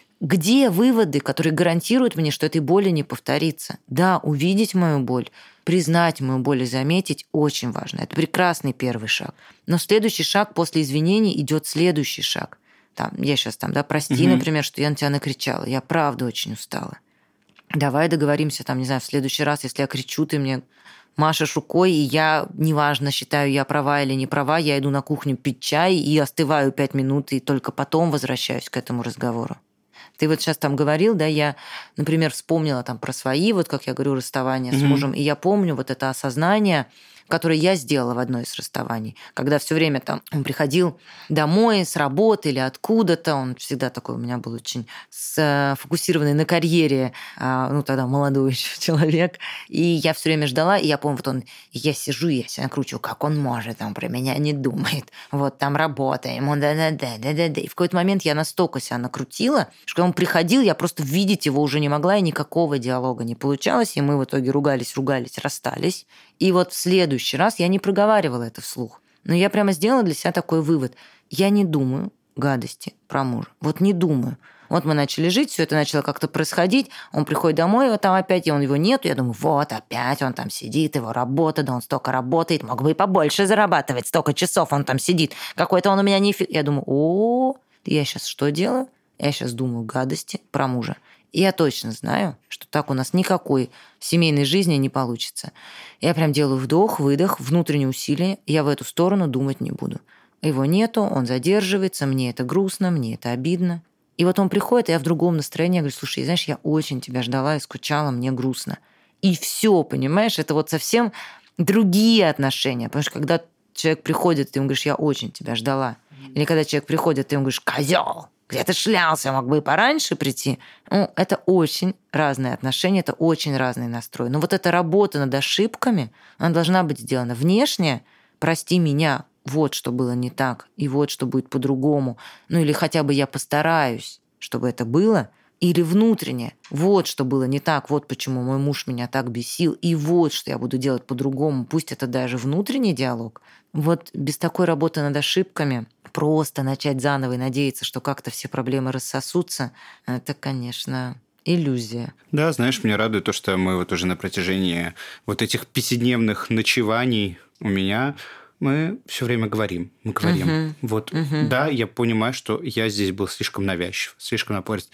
Где выводы, которые гарантируют мне, что этой боли не повторится? Да, увидеть мою боль, признать мою боль и заметить очень важно. Это прекрасный первый шаг. Но следующий шаг после извинений идет следующий шаг. Там, я сейчас там, да, прости, угу. например, что я на тебя накричала. Я правда очень устала. Давай договоримся, там, не знаю, в следующий раз, если я кричу, ты мне машешь рукой, и я, неважно, считаю, я права или не права, я иду на кухню пить чай и остываю пять минут, и только потом возвращаюсь к этому разговору. Ты вот сейчас там говорил, да, я, например, вспомнила там про свои, вот как я говорю, расставания mm-hmm. с мужем, и я помню вот это осознание, который я сделала в одно из расставаний. Когда все время там он приходил домой с работы или откуда-то, он всегда такой у меня был очень сфокусированный на карьере, ну тогда молодой еще человек, и я все время ждала, и я помню, вот он, я сижу, я себя накручиваю, как он может, он про меня не думает, вот там работаем, он да-да-да, да-да-да. И в какой-то момент я настолько себя накрутила, что когда он приходил, я просто видеть его уже не могла, и никакого диалога не получалось, и мы в итоге ругались, ругались, расстались. И вот в следующий раз я не проговаривала это вслух, но я прямо сделала для себя такой вывод. Я не думаю гадости про мужа, вот не думаю. Вот мы начали жить, все это начало как-то происходить, он приходит домой, вот там опять, и он его нету, я думаю, вот опять он там сидит, его работа, да он столько работает, мог бы и побольше зарабатывать, столько часов он там сидит, какой-то он у меня не... Я думаю, о, я сейчас что делаю? Я сейчас думаю гадости про мужа. И я точно знаю, что так у нас никакой семейной жизни не получится. Я прям делаю вдох, выдох, внутренние усилия, я в эту сторону думать не буду. Его нету, он задерживается, мне это грустно, мне это обидно. И вот он приходит, и я в другом настроении, я говорю, слушай, знаешь, я очень тебя ждала и скучала, мне грустно. И все, понимаешь, это вот совсем другие отношения. Потому что когда человек приходит, ты ему говоришь, я очень тебя ждала. Или когда человек приходит, ты ему говоришь, козел, где ты шлялся, мог бы и пораньше прийти. Ну, это очень разные отношения, это очень разный настрой. Но вот эта работа над ошибками, она должна быть сделана внешне. Прости меня, вот что было не так, и вот что будет по-другому. Ну или хотя бы я постараюсь, чтобы это было. Или внутренне, вот что было не так, вот почему мой муж меня так бесил, и вот что я буду делать по-другому. Пусть это даже внутренний диалог. Вот без такой работы над ошибками просто начать заново и надеяться, что как-то все проблемы рассосутся, это, конечно, иллюзия. Да, знаешь, меня радует то, что мы вот уже на протяжении вот этих пятидневных ночеваний у меня... Мы все время говорим, мы говорим. Uh-huh. Вот, uh-huh. Да, я понимаю, что я здесь был слишком навязчив, слишком напорист.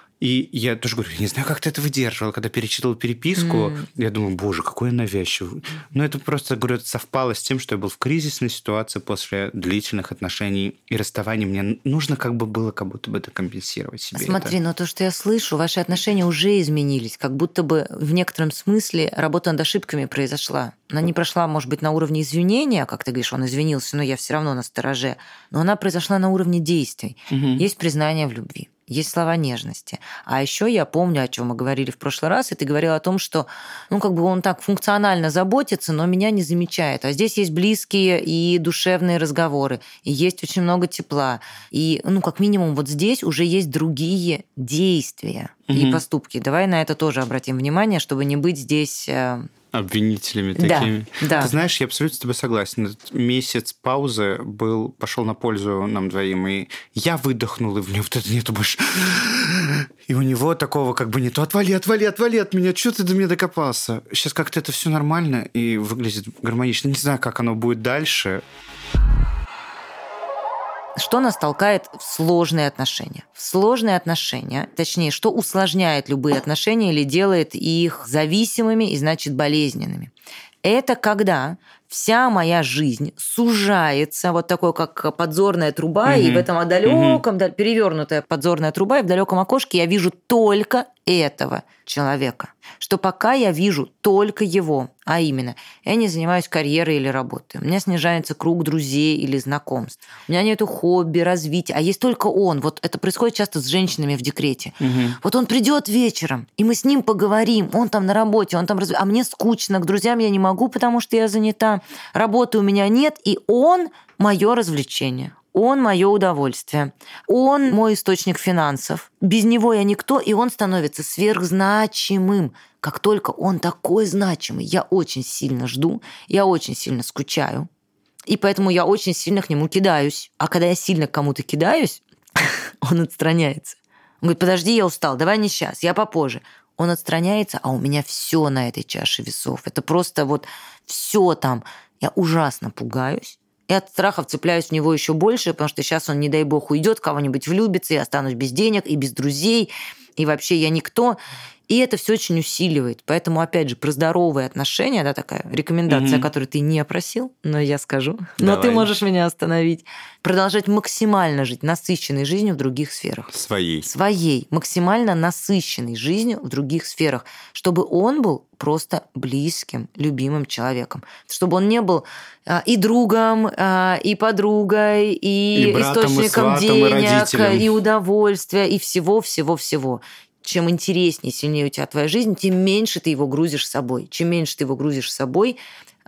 И я тоже говорю, не знаю, как ты это выдерживал. Когда перечитывал переписку, mm. я думаю, боже, какой я навязчивый. Но это просто, говорю, совпало с тем, что я был в кризисной ситуации после длительных отношений и расставаний. Мне нужно как бы было как будто бы это компенсировать себе. Смотри, это. но то, что я слышу, ваши отношения уже изменились. Как будто бы в некотором смысле работа над ошибками произошла. Она не прошла, может быть, на уровне извинения, как ты говоришь, он извинился, но я все равно настороже. Но она произошла на уровне действий. Mm-hmm. Есть признание в любви. Есть слова нежности. А еще я помню, о чем мы говорили в прошлый раз, и ты говорила о том, что ну, как бы он так функционально заботится, но меня не замечает. А здесь есть близкие и душевные разговоры, и есть очень много тепла. И, ну, как минимум, вот здесь уже есть другие действия угу. и поступки. Давай на это тоже обратим внимание, чтобы не быть здесь... обвинителями такими. Да, да. Ты знаешь, я абсолютно с тобой согласен. Этот месяц паузы был, пошел на пользу нам двоим, и я выдохнул, и в него вот это нету больше. И у него такого как бы нету. Отвали, отвали, отвали от меня. Чего ты до меня докопался? Сейчас как-то это все нормально и выглядит гармонично. Не знаю, как оно будет дальше. Что нас толкает в сложные отношения? В сложные отношения, точнее, что усложняет любые отношения или делает их зависимыми и, значит, болезненными? Это когда вся моя жизнь сужается, вот такой, как подзорная труба, mm-hmm. и в этом далеком, mm-hmm. перевернутая подзорная труба, и в далеком окошке я вижу только этого человека. Что пока я вижу только его, а именно, я не занимаюсь карьерой или работой, у меня снижается круг друзей или знакомств, у меня нету хобби, развития, а есть только он. Вот это происходит часто с женщинами в декрете. Угу. Вот он придет вечером, и мы с ним поговорим, он там на работе, он там разв... а мне скучно, к друзьям я не могу, потому что я занята, работы у меня нет, и он мое развлечение. Он мое удовольствие. Он мой источник финансов. Без него я никто, и он становится сверхзначимым. Как только он такой значимый, я очень сильно жду, я очень сильно скучаю. И поэтому я очень сильно к нему кидаюсь. А когда я сильно к кому-то кидаюсь, он отстраняется. Он говорит, подожди, я устал, давай не сейчас, я попозже. Он отстраняется, а у меня все на этой чаше весов. Это просто вот все там. Я ужасно пугаюсь. И от страха вцепляюсь в него еще больше, потому что сейчас он, не дай бог, уйдет, кого-нибудь влюбится, и останусь без денег, и без друзей, и вообще я никто. И это все очень усиливает. Поэтому, опять же, про здоровые отношения, да, такая рекомендация, mm-hmm. которую ты не просил, но я скажу. Давай. Но ты можешь меня остановить. Продолжать максимально жить насыщенной жизнью в других сферах. Своей. Своей. Максимально насыщенной жизнью в других сферах. Чтобы он был просто близким, любимым человеком. Чтобы он не был а, и другом, а, и подругой, и, и братом, источником и денег, и, и удовольствия, и всего-всего-всего. Чем интереснее, сильнее у тебя твоя жизнь, тем меньше ты его грузишь с собой. Чем меньше ты его грузишь с собой,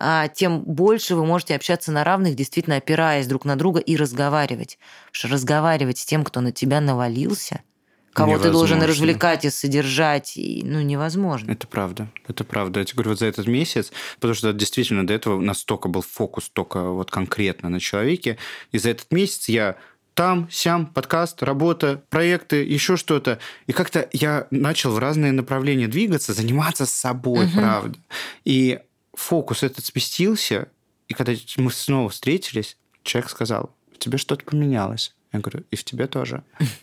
тем больше вы можете общаться на равных, действительно опираясь друг на друга и разговаривать. Потому что разговаривать с тем, кто на тебя навалился, кого невозможно. Ты должен развлекать и содержать, ну, невозможно. Это правда, это правда. Я тебе говорю, вот за этот месяц, потому что действительно до этого настолько был фокус только вот конкретно на человеке, и за этот месяц я... Там, сям, подкаст, работа, проекты, еще что-то. И как-то я начал в разные направления двигаться, заниматься собой, угу. правда. И фокус этот сместился, и когда мы снова встретились, человек сказал, в тебе что-то поменялось. Я говорю, и в тебе тоже.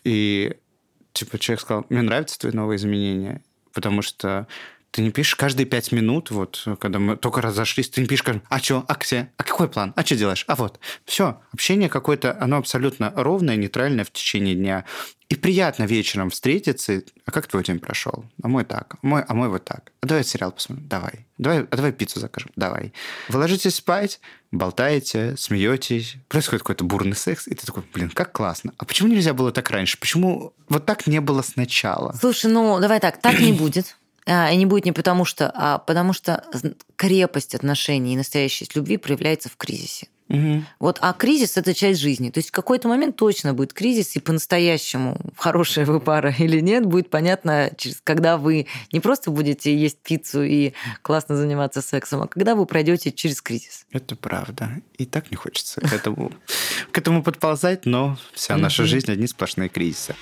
И типа человек сказал, мне нравятся твои новые изменения, потому что ты не пишешь каждые пять минут, вот, когда мы только разошлись, ты не пишешь, а что, а где, а какой план, а что делаешь, а вот. Все, общение какое-то, оно абсолютно ровное, нейтральное в течение дня. И приятно вечером встретиться, а как твой день прошел? А мой так, а мой, а мой вот так. А давай сериал посмотрим, давай. давай. А давай пиццу закажем, давай. Вы ложитесь спать, болтаете, смеетесь, происходит какой-то бурный секс, и ты такой, блин, как классно. А почему нельзя было так раньше? Почему вот так не было сначала? Слушай, ну давай так, так не будет. И не будет не потому что, а потому что крепость отношений и настоящесть любви проявляется в кризисе. Угу. Вот, а кризис – это часть жизни. То есть в какой-то момент точно будет кризис, и по-настоящему, хорошая вы пара или нет, будет понятно, когда вы не просто будете есть пиццу и классно заниматься сексом, а когда вы пройдете через кризис. Это правда. И так не хочется к этому, к этому подползать, но вся наша жизнь – одни сплошные кризисы.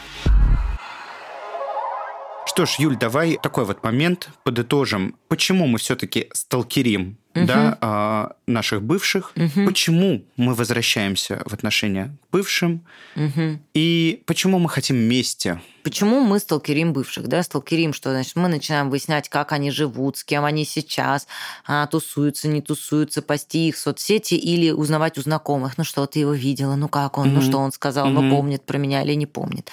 Что ж, Юль, давай такой вот момент подытожим. Почему мы все-таки сталкерим uh-huh. да, наших бывших? Uh-huh. Почему мы возвращаемся в отношения к бывшим? Uh-huh. И почему мы хотим мести? Почему мы сталкерим бывших? Да? Сталкерим, что значит, мы начинаем выяснять, как они живут, с кем они сейчас, а, тусуются, не тусуются, пасти их в соцсети или узнавать у знакомых. Ну что, ты его видела? Ну как он? Uh-huh. Ну что он сказал? Uh-huh. Ну помнит про меня или не помнит?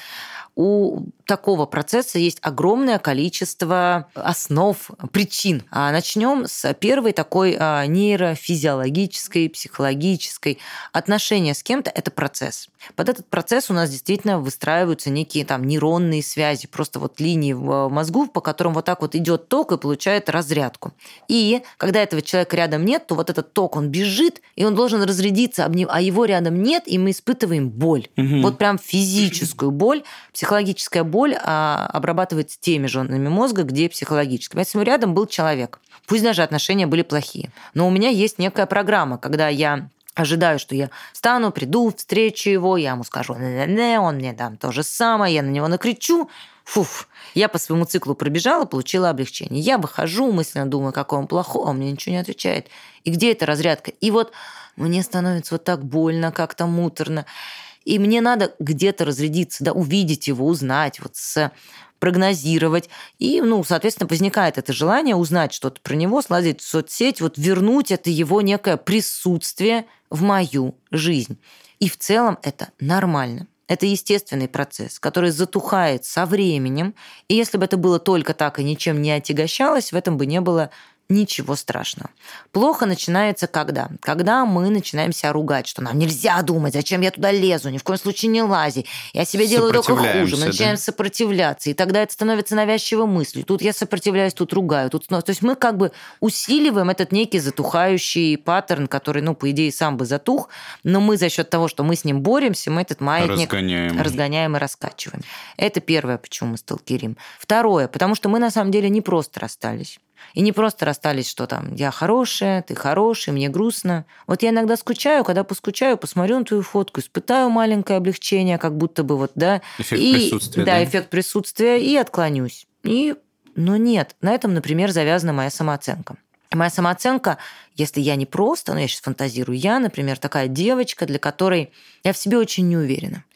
У такого процесса есть огромное количество основ, причин. Начнем с первой такой нейрофизиологической, психологической. Отношения с кем-то – это процесс. Под этот процесс у нас действительно выстраиваются некие там нейронные связи, просто вот линии в мозгу, по которым вот так вот идет ток и получает разрядку. И когда этого человека рядом нет, то вот этот ток, он бежит, и он должен разрядиться, а его рядом нет, и мы испытываем боль. Угу. Вот прям физическую боль, психологическая боль обрабатывается теми зонами мозга, где психологическая. Если рядом был человек, пусть даже отношения были плохие, но у меня есть некая программа, когда я ожидаю, что я встану, приду, встречу его, я ему скажу, не-не-не, он мне там то же самое, я на него накричу, фуф, я по своему циклу пробежала, получила облегчение. Я выхожу, мысленно думаю, какой он плохой, а он мне ничего не отвечает. И где эта разрядка? И вот мне становится вот так больно, как-то муторно. И мне надо где-то разрядиться, да, увидеть его, узнать, вот с... прогнозировать. И, ну, соответственно, возникает это желание узнать что-то про него, слазить в соцсеть, вот вернуть это его некое присутствие в мою жизнь. И в целом это нормально. Это естественный процесс, который затухает со временем. И если бы это было только так и ничем не отягощалось, в этом бы не было ничего страшного. Плохо начинается когда? Когда мы начинаем себя ругать, что нам нельзя думать, зачем я туда лезу, ни в коем случае не лази, я себе делаю только хуже, мы начинаем да? сопротивляться, и тогда это становится навязчивой мыслью. Тут я сопротивляюсь, тут ругаю. Тут... То есть мы как бы усиливаем этот некий затухающий паттерн, который, ну, по идее, сам бы затух, но мы за счет того, что мы с ним боремся, мы этот маятник разгоняем, разгоняем и раскачиваем. Это первое, почему мы сталкерим. Второе, потому что мы на самом деле не просто расстались. И не просто расстались, что там я хорошая, ты хороший, мне грустно. Вот я иногда скучаю, когда поскучаю, посмотрю на твою фотку, испытаю маленькое облегчение, как будто бы вот, да. Эффект и, присутствия. Да, да, эффект присутствия, и отклонюсь. И, но нет, на этом, например, завязана моя самооценка. Моя самооценка, если я не просто, ну я сейчас фантазирую, я, например, такая девочка, для которой я в себе очень не уверена.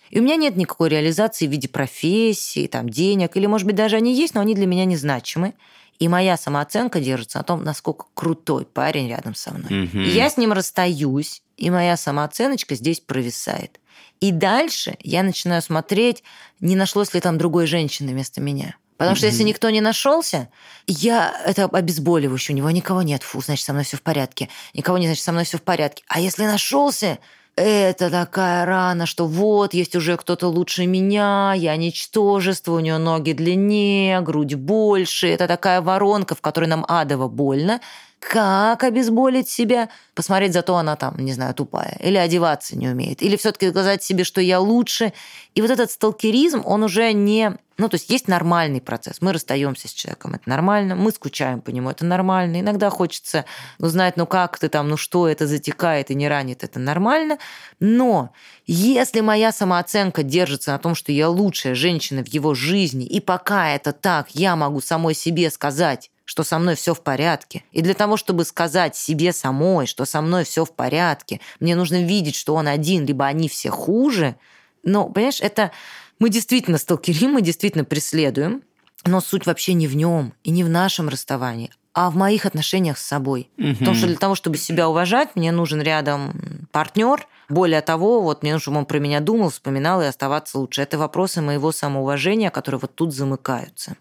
И у меня нет никакой реализации в виде профессии, там, денег, или, может быть, даже они есть, но они для меня незначимы. И моя самооценка держится на том, насколько крутой парень рядом со мной. Mm-hmm. И я с ним расстаюсь, и моя самооценочка здесь провисает. И дальше я начинаю смотреть, не нашлось ли там другой женщины вместо меня. Потому что mm-hmm. если никто не нашелся, я это обезболивающее, у него никого нет, фу, значит, со мной все в порядке. Никого не значит, со мной все в порядке. А если нашелся, это такая рана, что вот, есть уже кто-то лучше меня, я ничтожество, у нее ноги длиннее, грудь больше. Это такая воронка, в которой нам адово больно. Как обезболить себя? Посмотреть, зато она там, не знаю, тупая. Или одеваться не умеет. Или все-таки сказать себе, что я лучше. И вот этот сталкеризм, он уже не... Ну, то есть есть нормальный процесс. Мы расстаемся с человеком, это нормально. Мы скучаем по нему, это нормально. Иногда хочется узнать, ну как ты там, ну что это затекает и не ранит, это нормально. Но если моя самооценка держится на том, что я лучшая женщина в его жизни, и пока это так, я могу самой себе сказать, что со мной все в порядке. И для того, чтобы сказать себе самой, что со мной все в порядке, мне нужно видеть, что он один, либо они все хуже. Но, понимаешь, это мы действительно сталкерим, мы действительно преследуем, но суть вообще не в нем и не в нашем расставании, а в моих отношениях с собой. Угу. Потому что для того, чтобы себя уважать, мне нужен рядом партнер. Более того, вот мне нужно, чтобы он про меня думал, вспоминал и оставаться лучше. Это вопросы моего самоуважения, которые вот тут замыкаются.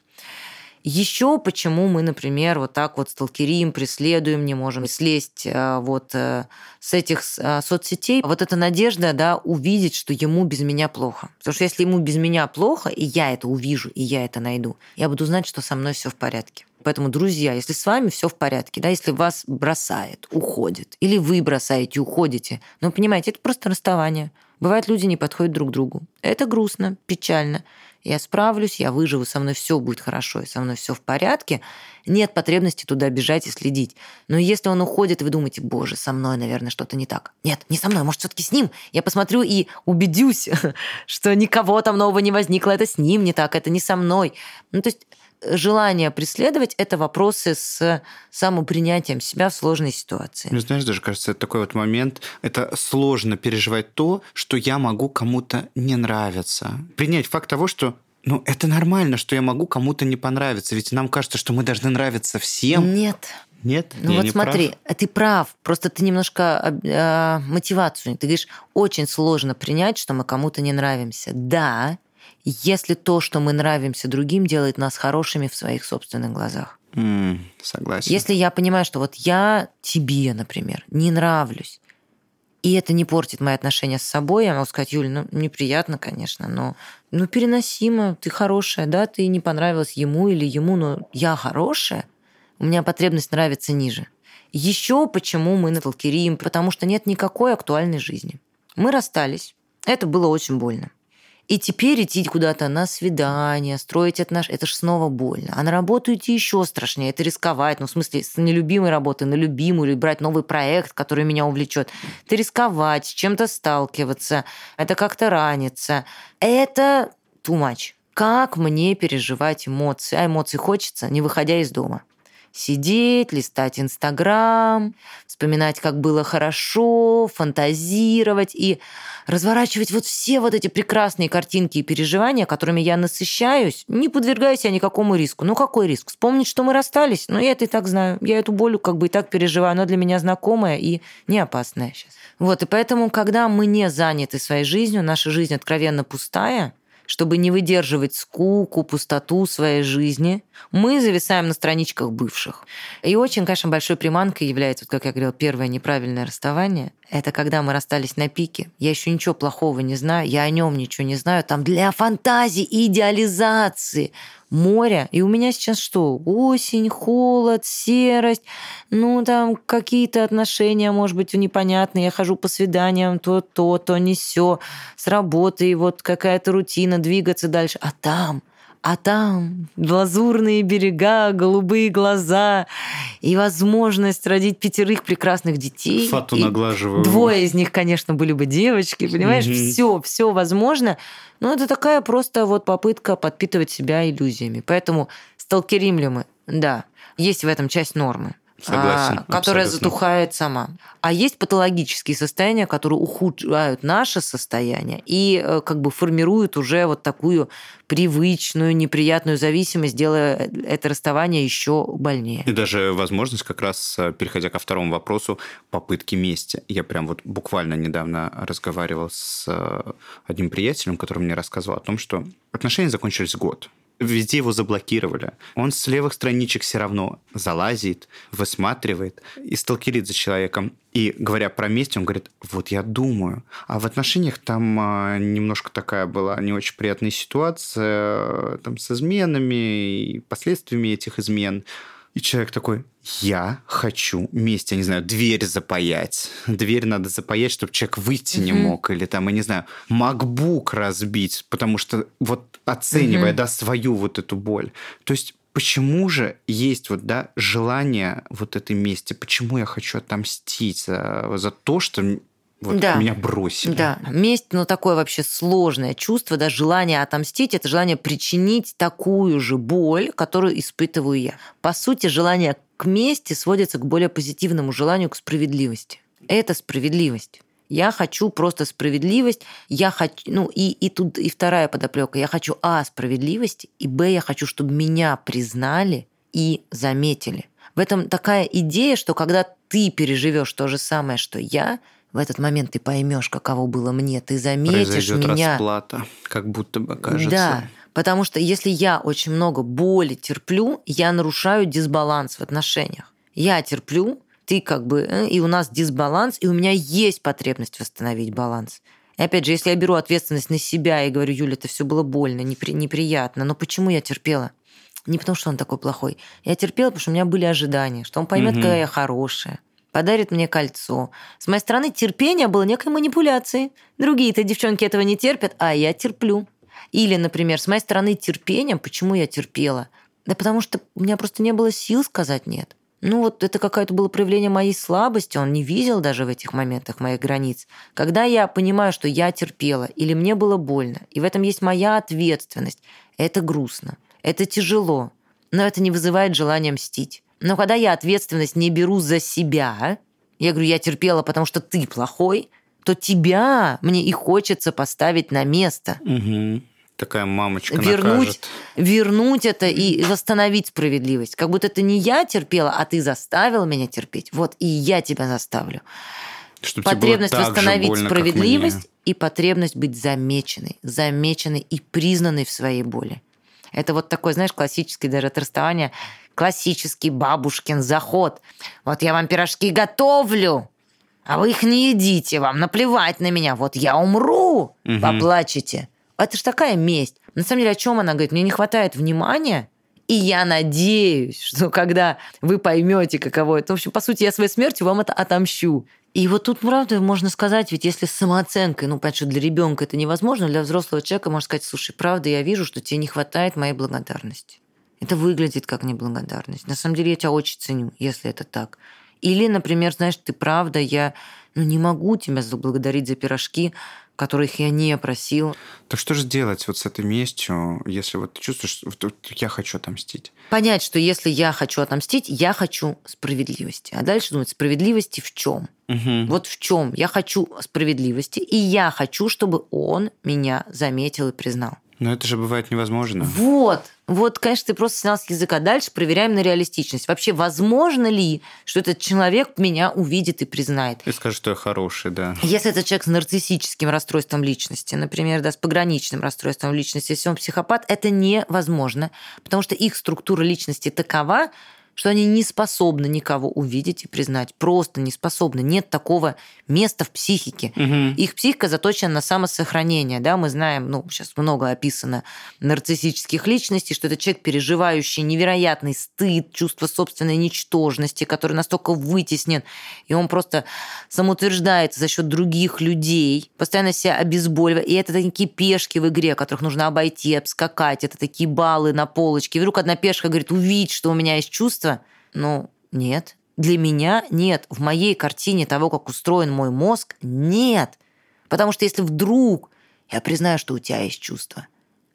Еще почему мы, например, вот так вот сталкерим, преследуем, не можем слезть вот с этих соцсетей. Вот эта надежда, да, увидеть, что ему без меня плохо. Потому что если ему без меня плохо, и я это увижу, и я это найду, я буду знать, что со мной все в порядке. Поэтому, друзья, если с вами все в порядке, да, если вас бросает, уходит, или вы бросаете, уходите, ну, понимаете, это просто расставание. Бывает, люди не подходят друг к другу. Это грустно, печально. Я справлюсь, я выживу, со мной все будет хорошо, и со мной все в порядке. Нет потребности туда бежать и следить. Но если он уходит, и вы думаете, боже, со мной, наверное, что-то не так. Нет, не со мной, может, все-таки с ним. Я посмотрю и убедюсь, что никого там нового не возникло. Это с ним не так, это не со мной. Ну, то есть желание преследовать – это вопросы с самопринятием себя в сложной ситуации. Ну, знаешь, даже кажется, это такой вот момент, это сложно переживать то, что я могу кому-то не нравиться. Принять факт того, что ну, это нормально, что я могу кому-то не понравиться, ведь нам кажется, что мы должны нравиться всем. Нет. Нет? Ну я вот не смотри, прав? ты прав, просто ты немножко э, мотивацию. Ты говоришь, очень сложно принять, что мы кому-то не нравимся. Да, если то, что мы нравимся другим, делает нас хорошими в своих собственных глазах. Mm, согласен. Если я понимаю, что вот я тебе, например, не нравлюсь, и это не портит мои отношения с собой, я могу сказать, Юль, ну, неприятно, конечно, но ну, переносимо, ты хорошая, да, ты не понравилась ему или ему, но я хорошая, у меня потребность нравиться ниже. Еще почему мы сталкерим? Потому что нет никакой актуальной жизни. Мы расстались, это было очень больно. И теперь идти куда-то на свидание, строить отношения, это же снова больно. А на работу идти еще страшнее, это рисковать. Ну, в смысле, с нелюбимой работы на любимую, или брать новый проект, который меня увлечет. Это рисковать, с чем-то сталкиваться, это как-то раниться. Это too much. Как мне переживать эмоции? А эмоций хочется, не выходя из дома. Сидеть, листать Инстаграм, вспоминать, как было хорошо, фантазировать и разворачивать вот все вот эти прекрасные картинки и переживания, которыми я насыщаюсь, не подвергая себя никакому риску. Ну, какой риск? Вспомнить, что мы расстались? Ну, я это и так знаю. Я эту боль как бы и так переживаю. Она для меня знакомая и не опасная сейчас. Вот, и поэтому, когда мы не заняты своей жизнью, наша жизнь откровенно пустая, чтобы не выдерживать скуку, пустоту своей жизни, мы зависаем на страничках бывших. И очень, конечно, большой приманкой является, вот, как я говорила, первое неправильное расставание. Это когда мы расстались на пике. Я еще ничего плохого не знаю, я о нем ничего не знаю. Там для фантазии и идеализации море. И у меня сейчас что? Осень, холод, серость. Ну, там какие-то отношения, может быть, непонятные. Я хожу по свиданиям, то то, то не сё. С работы, и вот какая-то рутина, двигаться дальше. А там... А там лазурные берега, голубые глаза и возможность родить пятерых прекрасных детей. Фату наглаживаю. Двое из них, конечно, были бы девочки, понимаешь? Mm-hmm. Все, все возможно. Но это такая просто вот попытка подпитывать себя иллюзиями. Поэтому сталкерим ли мы? Да, есть в этом часть нормы. Согласен, а, которая абсолютно. затухает сама. А есть патологические состояния, которые ухудшают наше состояние и э, как бы формируют уже вот такую привычную, неприятную зависимость, делая это расставание еще больнее. И даже возможность, как раз переходя ко второму вопросу, попытки мести. Я прям вот буквально недавно разговаривал с одним приятелем, который мне рассказывал о том, что отношения закончились год. Везде его заблокировали. Он с левых страничек все равно залазит, высматривает и сталкерит за человеком. И говоря про месть, он говорит, вот я думаю. А в отношениях там а, немножко такая была не очень приятная ситуация там, с изменами и последствиями этих измен. И человек такой, я хочу месть, я не знаю, дверь запаять. Дверь надо запаять, чтобы человек выйти uh-huh. не мог. Или там, я не знаю, MacBook разбить, потому что вот оценивая, uh-huh. да, свою вот эту боль. То есть почему же есть вот, да, желание вот этой мести? Почему я хочу отомстить за, за то, что... Вот да. меня бросили. Да, месть, ну, такое вообще сложное чувство, да, желание отомстить, это желание причинить такую же боль, которую испытываю я. По сути, желание к мести сводится к более позитивному желанию к справедливости. Это справедливость. Я хочу просто справедливость, я хочу, ну, и, и тут и вторая подоплека. Я хочу, а, справедливости, и, б, я хочу, чтобы меня признали и заметили. В этом такая идея, что когда ты переживешь то же самое, что я, в этот момент ты поймешь, каково было мне, ты заметишь Произойдет меня. Расплата, как будто бы кажется. Да, потому что если я очень много боли терплю, я нарушаю дисбаланс в отношениях. Я терплю, ты как бы, и у нас дисбаланс, и у меня есть потребность восстановить баланс. И опять же, если я беру ответственность на себя и говорю, Юля, это все было больно, непри- неприятно, но почему я терпела? Не потому, что он такой плохой. Я терпела, потому что у меня были ожидания, что он поймет, угу. какая я хорошая, подарит мне кольцо. С моей стороны терпение было некой манипуляцией. Другие-то девчонки этого не терпят, а я терплю. Или, например, с моей стороны терпением, почему я терпела? Да потому что у меня просто не было сил сказать «нет». Ну вот это какое-то было проявление моей слабости, он не видел даже в этих моментах моих границ. Когда я понимаю, что я терпела или мне было больно, и в этом есть моя ответственность, это грустно, это тяжело, но это не вызывает желания мстить. Но когда я ответственность не беру за себя, я говорю, я терпела, потому что ты плохой, то тебя мне и хочется поставить на место. Угу. Такая мамочка вернуть, накажет. Вернуть это и восстановить справедливость. Как будто это не я терпела, а ты заставил меня терпеть. Вот и я тебя заставлю. Чтобы потребность восстановить больно, справедливость и потребность быть замеченной, замеченной и признанной в своей боли. Это вот такой, знаешь, классический даже от расставания, классический бабушкин заход. Вот я вам пирожки готовлю, а вы их не едите, вам наплевать на меня. Вот я умру, угу. поплачете. Это ж такая месть. На самом деле, о чем она говорит? Мне не хватает внимания, и я надеюсь, что когда вы поймете, каково это... В общем, по сути, я своей смертью вам это отомщу. И вот тут, правда, можно сказать, ведь если с самооценкой, ну, понятно, что для ребенка это невозможно, для взрослого человека можно сказать, слушай, правда, я вижу, что тебе не хватает моей благодарности. Это выглядит как неблагодарность. На самом деле, я тебя очень ценю, если это так. Или, например, знаешь, ты правда, я ну, не могу тебя заблагодарить за пирожки, которых я не просил. Так что же делать вот с этой местью, если вот ты чувствуешь, что я хочу отомстить? Понять, что если я хочу отомстить, я хочу справедливости. А дальше думать, справедливости в чем? Угу. Вот в чем? Я хочу справедливости, и я хочу, чтобы он меня заметил и признал. Но это же бывает невозможно. Вот. Вот, конечно, ты просто снял с языка. Дальше проверяем на реалистичность. Вообще, возможно ли, что этот человек меня увидит и признает? И скажет, что я хороший, да. Если это человек с нарциссическим расстройством личности, например, да, с пограничным расстройством личности, если он психопат, это невозможно, потому что их структура личности такова, что они не способны никого увидеть и признать. Просто не способны. Нет такого места в психике. Угу. Их психика заточена на самосохранение. Да? Мы знаем, ну, сейчас много описано нарциссических личностей, что это человек, переживающий невероятный стыд, чувство собственной ничтожности, который настолько вытеснен, и он просто самоутверждается за счет других людей, постоянно себя обезболивая. И это такие пешки в игре, которых нужно обойти, обскакать. Это такие баллы на полочке. И вдруг одна пешка говорит, увидь, что у меня есть чувство. Ну, нет. Для меня нет. В моей картине того, как устроен мой мозг, нет. Потому что если вдруг я признаю, что у тебя есть чувства,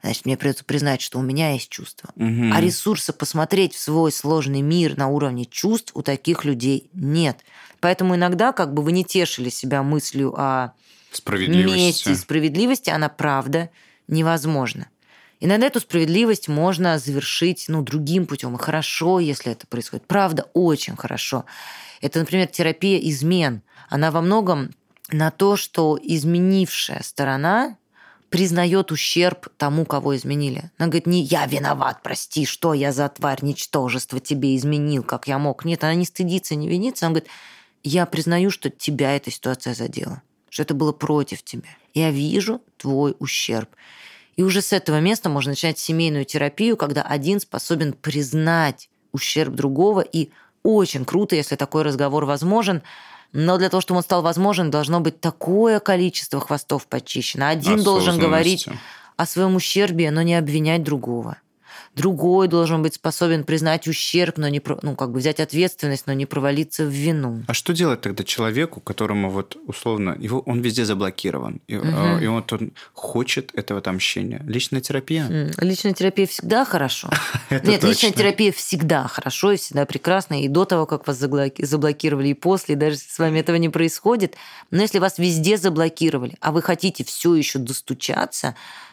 значит, мне придется признать, что у меня есть чувства. Угу. А ресурса посмотреть в свой сложный мир на уровне чувств у таких людей нет. Поэтому иногда как бы вы не тешили себя мыслью о месте и справедливости, она правда невозможна. Иногда эту справедливость можно завершить ну, другим путем. И хорошо, если это происходит. Правда, очень хорошо. Это, например, терапия измен. Она во многом на то, что изменившая сторона признает ущерб тому, кого изменили. Она говорит, не я виноват, прости, что я за тварь, ничтожество тебе изменил, как я мог. Нет, она не стыдится, не винится. Она говорит, я признаю, что тебя эта ситуация задела, что это было против тебя. Я вижу твой ущерб. И уже с этого места можно начать семейную терапию, когда один способен признать ущерб другого. И очень круто, если такой разговор возможен. Но для того, чтобы он стал возможен, должно быть такое количество хвостов почищено. Один должен говорить о своем ущербе, но не обвинять другого. Другой должен быть способен признать ущерб, но не, ну, как бы взять ответственность, но не провалиться в вину. А что делать тогда человеку, которому вот условно его он везде заблокирован, и, угу. и он, он хочет этого отмщения? Личная терапия? Личная терапия всегда хорошо. Нет, личная терапия всегда хорошо и всегда прекрасно. И до того, как вас заблокировали, и после, и даже если с вами этого не происходит. Но если вас везде заблокировали, а вы хотите все еще достучаться,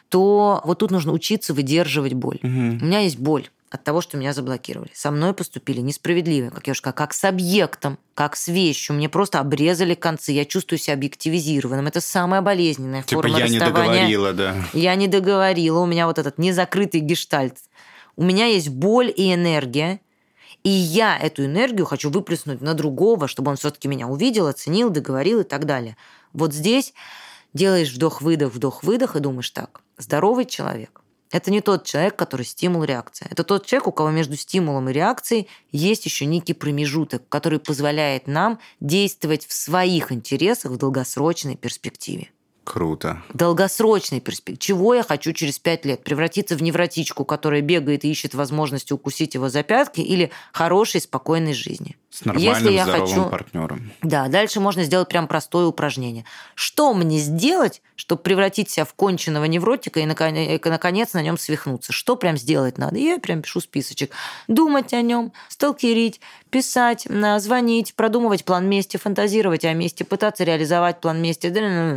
то вот тут нужно учиться выдерживать боль. Угу. У меня есть боль от того, что меня заблокировали. Со мной поступили несправедливо, как я уже сказала, как с объектом, как с вещью. Мне просто обрезали концы. Я чувствую себя объективизированным. Это самая болезненная типа форма я расставания. Я не договорила, да. Я не договорила. У меня вот этот незакрытый гештальт. У меня есть боль и энергия. И я эту энергию хочу выплеснуть на другого, чтобы он все-таки меня увидел, оценил, договорил и так далее. Вот здесь делаешь вдох-выдох, вдох-выдох и думаешь так. Здоровый человек – это не тот человек, который стимул-реакция. Это тот человек, у кого между стимулом и реакцией есть еще некий промежуток, который позволяет нам действовать в своих интересах в долгосрочной перспективе. Круто. Долгосрочной перспективе. Чего я хочу через пять лет? Превратиться в невротичку, которая бегает и ищет возможности укусить его за пятки, или хорошей, спокойной жизни? С нормальным, Если я здоровым хочу... партнером. Да, дальше можно сделать прям простое упражнение. Что мне сделать, чтобы превратить себя в конченного невротика и, наконец, на нем свихнуться? Что прям сделать надо? Я прям пишу списочек. Думать о нем, сталкерить, писать, звонить, продумывать план мести, фантазировать о месте, пытаться реализовать план мести.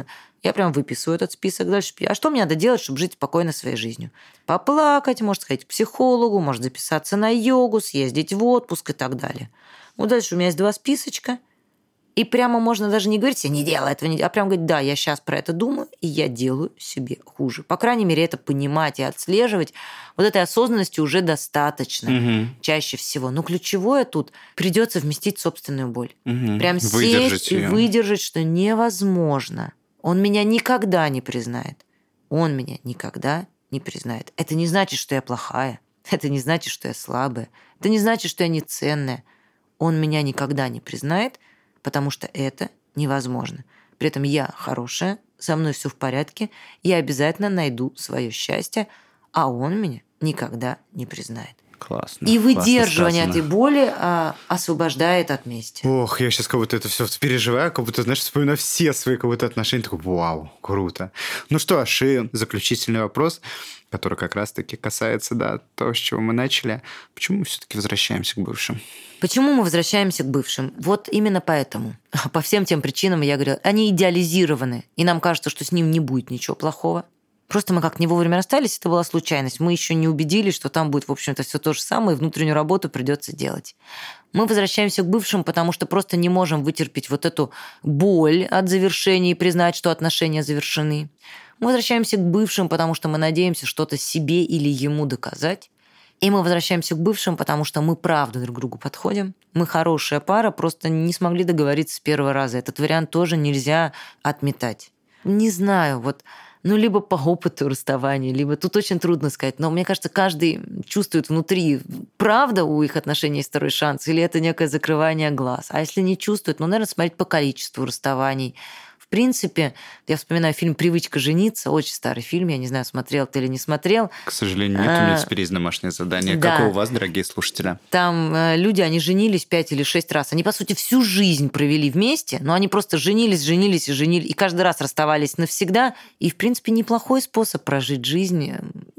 Я прям выписываю этот список дальше. А что мне надо делать, чтобы жить спокойно своей жизнью? Поплакать, может сходить к психологу, может записаться на йогу, съездить в отпуск и так далее. Вот дальше у меня есть два списочка. И прямо можно даже не говорить себе, не делай этого, не делай, а прямо говорить, да, я сейчас про это думаю, и я делаю себе хуже. По крайней мере, это понимать и отслеживать. Вот этой осознанности уже достаточно угу. чаще всего. Но ключевое тут придется вместить собственную боль. Угу. Прям выдержать сесть ее. И выдержать, что невозможно. Он меня никогда не признает. Он меня никогда не признает. Это не значит, что я плохая. Это не значит, что я слабая. Это не значит, что я неценная. Он меня никогда не признает, потому что это невозможно. При этом я хорошая, со мной все в порядке, я обязательно найду свое счастье, а он меня никогда не признает. Классно. И выдерживание этой боли а, освобождает от мести. Ох, я сейчас как будто это все переживаю, как будто, знаешь, вспоминаю все свои как будто отношения. Такой, вау, круто. Ну что ж, и заключительный вопрос, который как раз-таки касается, да, того, с чего мы начали. Почему мы все-таки возвращаемся к бывшим? Почему мы возвращаемся к бывшим? Вот именно поэтому. По всем тем причинам я говорила, они идеализированы, и нам кажется, что с ним не будет ничего плохого. Просто мы как не вовремя расстались, это была случайность. Мы еще не убедились, что там будет, в общем-то, все то же самое, и внутреннюю работу придется делать. Мы возвращаемся к бывшим, потому что просто не можем вытерпеть вот эту боль от завершения и признать, что отношения завершены. Мы возвращаемся к бывшим, потому что мы надеемся что-то себе или ему доказать. И мы возвращаемся к бывшим, потому что мы правда друг к другу подходим. Мы хорошая пара, просто не смогли договориться с первого раза. Этот вариант тоже нельзя отметать. Не знаю, вот... Ну, либо по опыту расставания, либо тут очень трудно сказать. Но мне кажется, каждый чувствует внутри, правда у их отношений есть второй шанс, или это некое закрывание глаз. А если не чувствует, ну, наверное, смотреть по количеству расставаний. В принципе, я вспоминаю фильм «Привычка жениться», очень старый фильм, я не знаю, смотрел ты или не смотрел. К сожалению, нет, у меня теперь есть домашнее задание. Да. Как и у вас, дорогие слушатели? Там люди, они женились пять или шесть раз. Они, по сути, всю жизнь провели вместе, но они просто женились, женились и женились, и каждый раз расставались навсегда. И, в принципе, неплохой способ прожить жизнь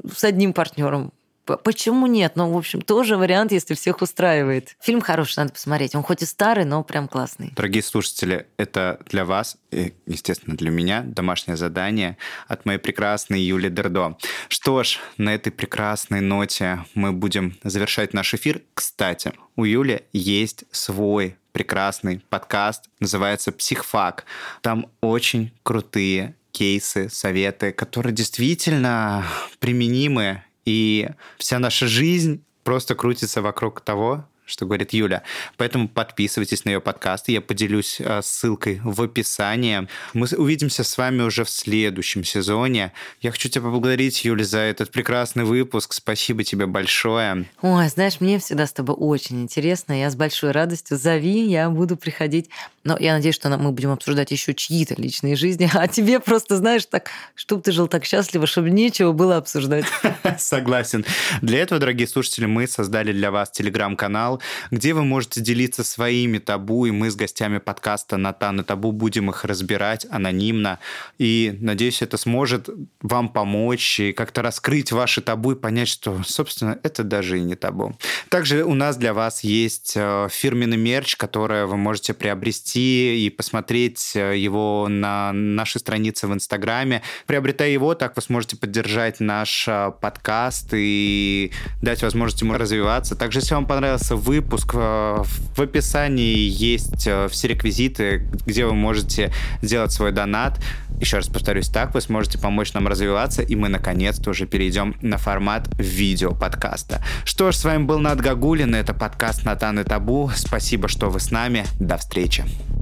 с одним партнером. Почему нет? Ну, в общем, тоже вариант, если всех устраивает. Фильм хороший, надо посмотреть. Он хоть и старый, но прям классный. Дорогие слушатели, это для вас, и, естественно, для меня домашнее задание от моей прекрасной Юли Дердо. Что ж, на этой прекрасной ноте мы будем завершать наш эфир. Кстати, у Юли есть свой прекрасный подкаст, называется «Психфак». Там очень крутые кейсы, советы, которые действительно применимы. И вся наша жизнь просто крутится вокруг того, что говорит Юля. Поэтому подписывайтесь на ее подкаст. Я поделюсь ссылкой в описании. Мы увидимся с вами уже в следующем сезоне. Я хочу тебя поблагодарить, Юля, за этот прекрасный выпуск. Спасибо тебе большое. Ой, знаешь, мне всегда с тобой очень интересно. Я с большой радостью. Зови, я буду приходить. Но я надеюсь, что мы будем обсуждать еще чьи-то личные жизни. А тебе просто, знаешь, так, чтобы ты жил так счастливо, чтобы нечего было обсуждать. Согласен. Для этого, дорогие слушатели, мы создали для вас телеграм-канал, где вы можете делиться своими табу, и мы с гостями подкаста «Натан и табу» будем их разбирать анонимно. И, надеюсь, это сможет вам помочь и как-то раскрыть ваши табу и понять, что, собственно, это даже и не табу. Также у нас для вас есть фирменный мерч, который вы можете приобрести и посмотреть его на нашей странице в Инстаграме. Приобретая его, так вы сможете поддержать наш подкаст и дать возможность ему развиваться. Также, если вам понравился выпуск, в описании есть все реквизиты, где вы можете сделать свой донат. Еще раз повторюсь, так вы сможете помочь нам развиваться, и мы наконец-то уже перейдем на формат видео-подкаста. Что ж, с вами был Нат Гагулин, это подкаст «Натан и табу». Спасибо, что вы с нами. До встречи.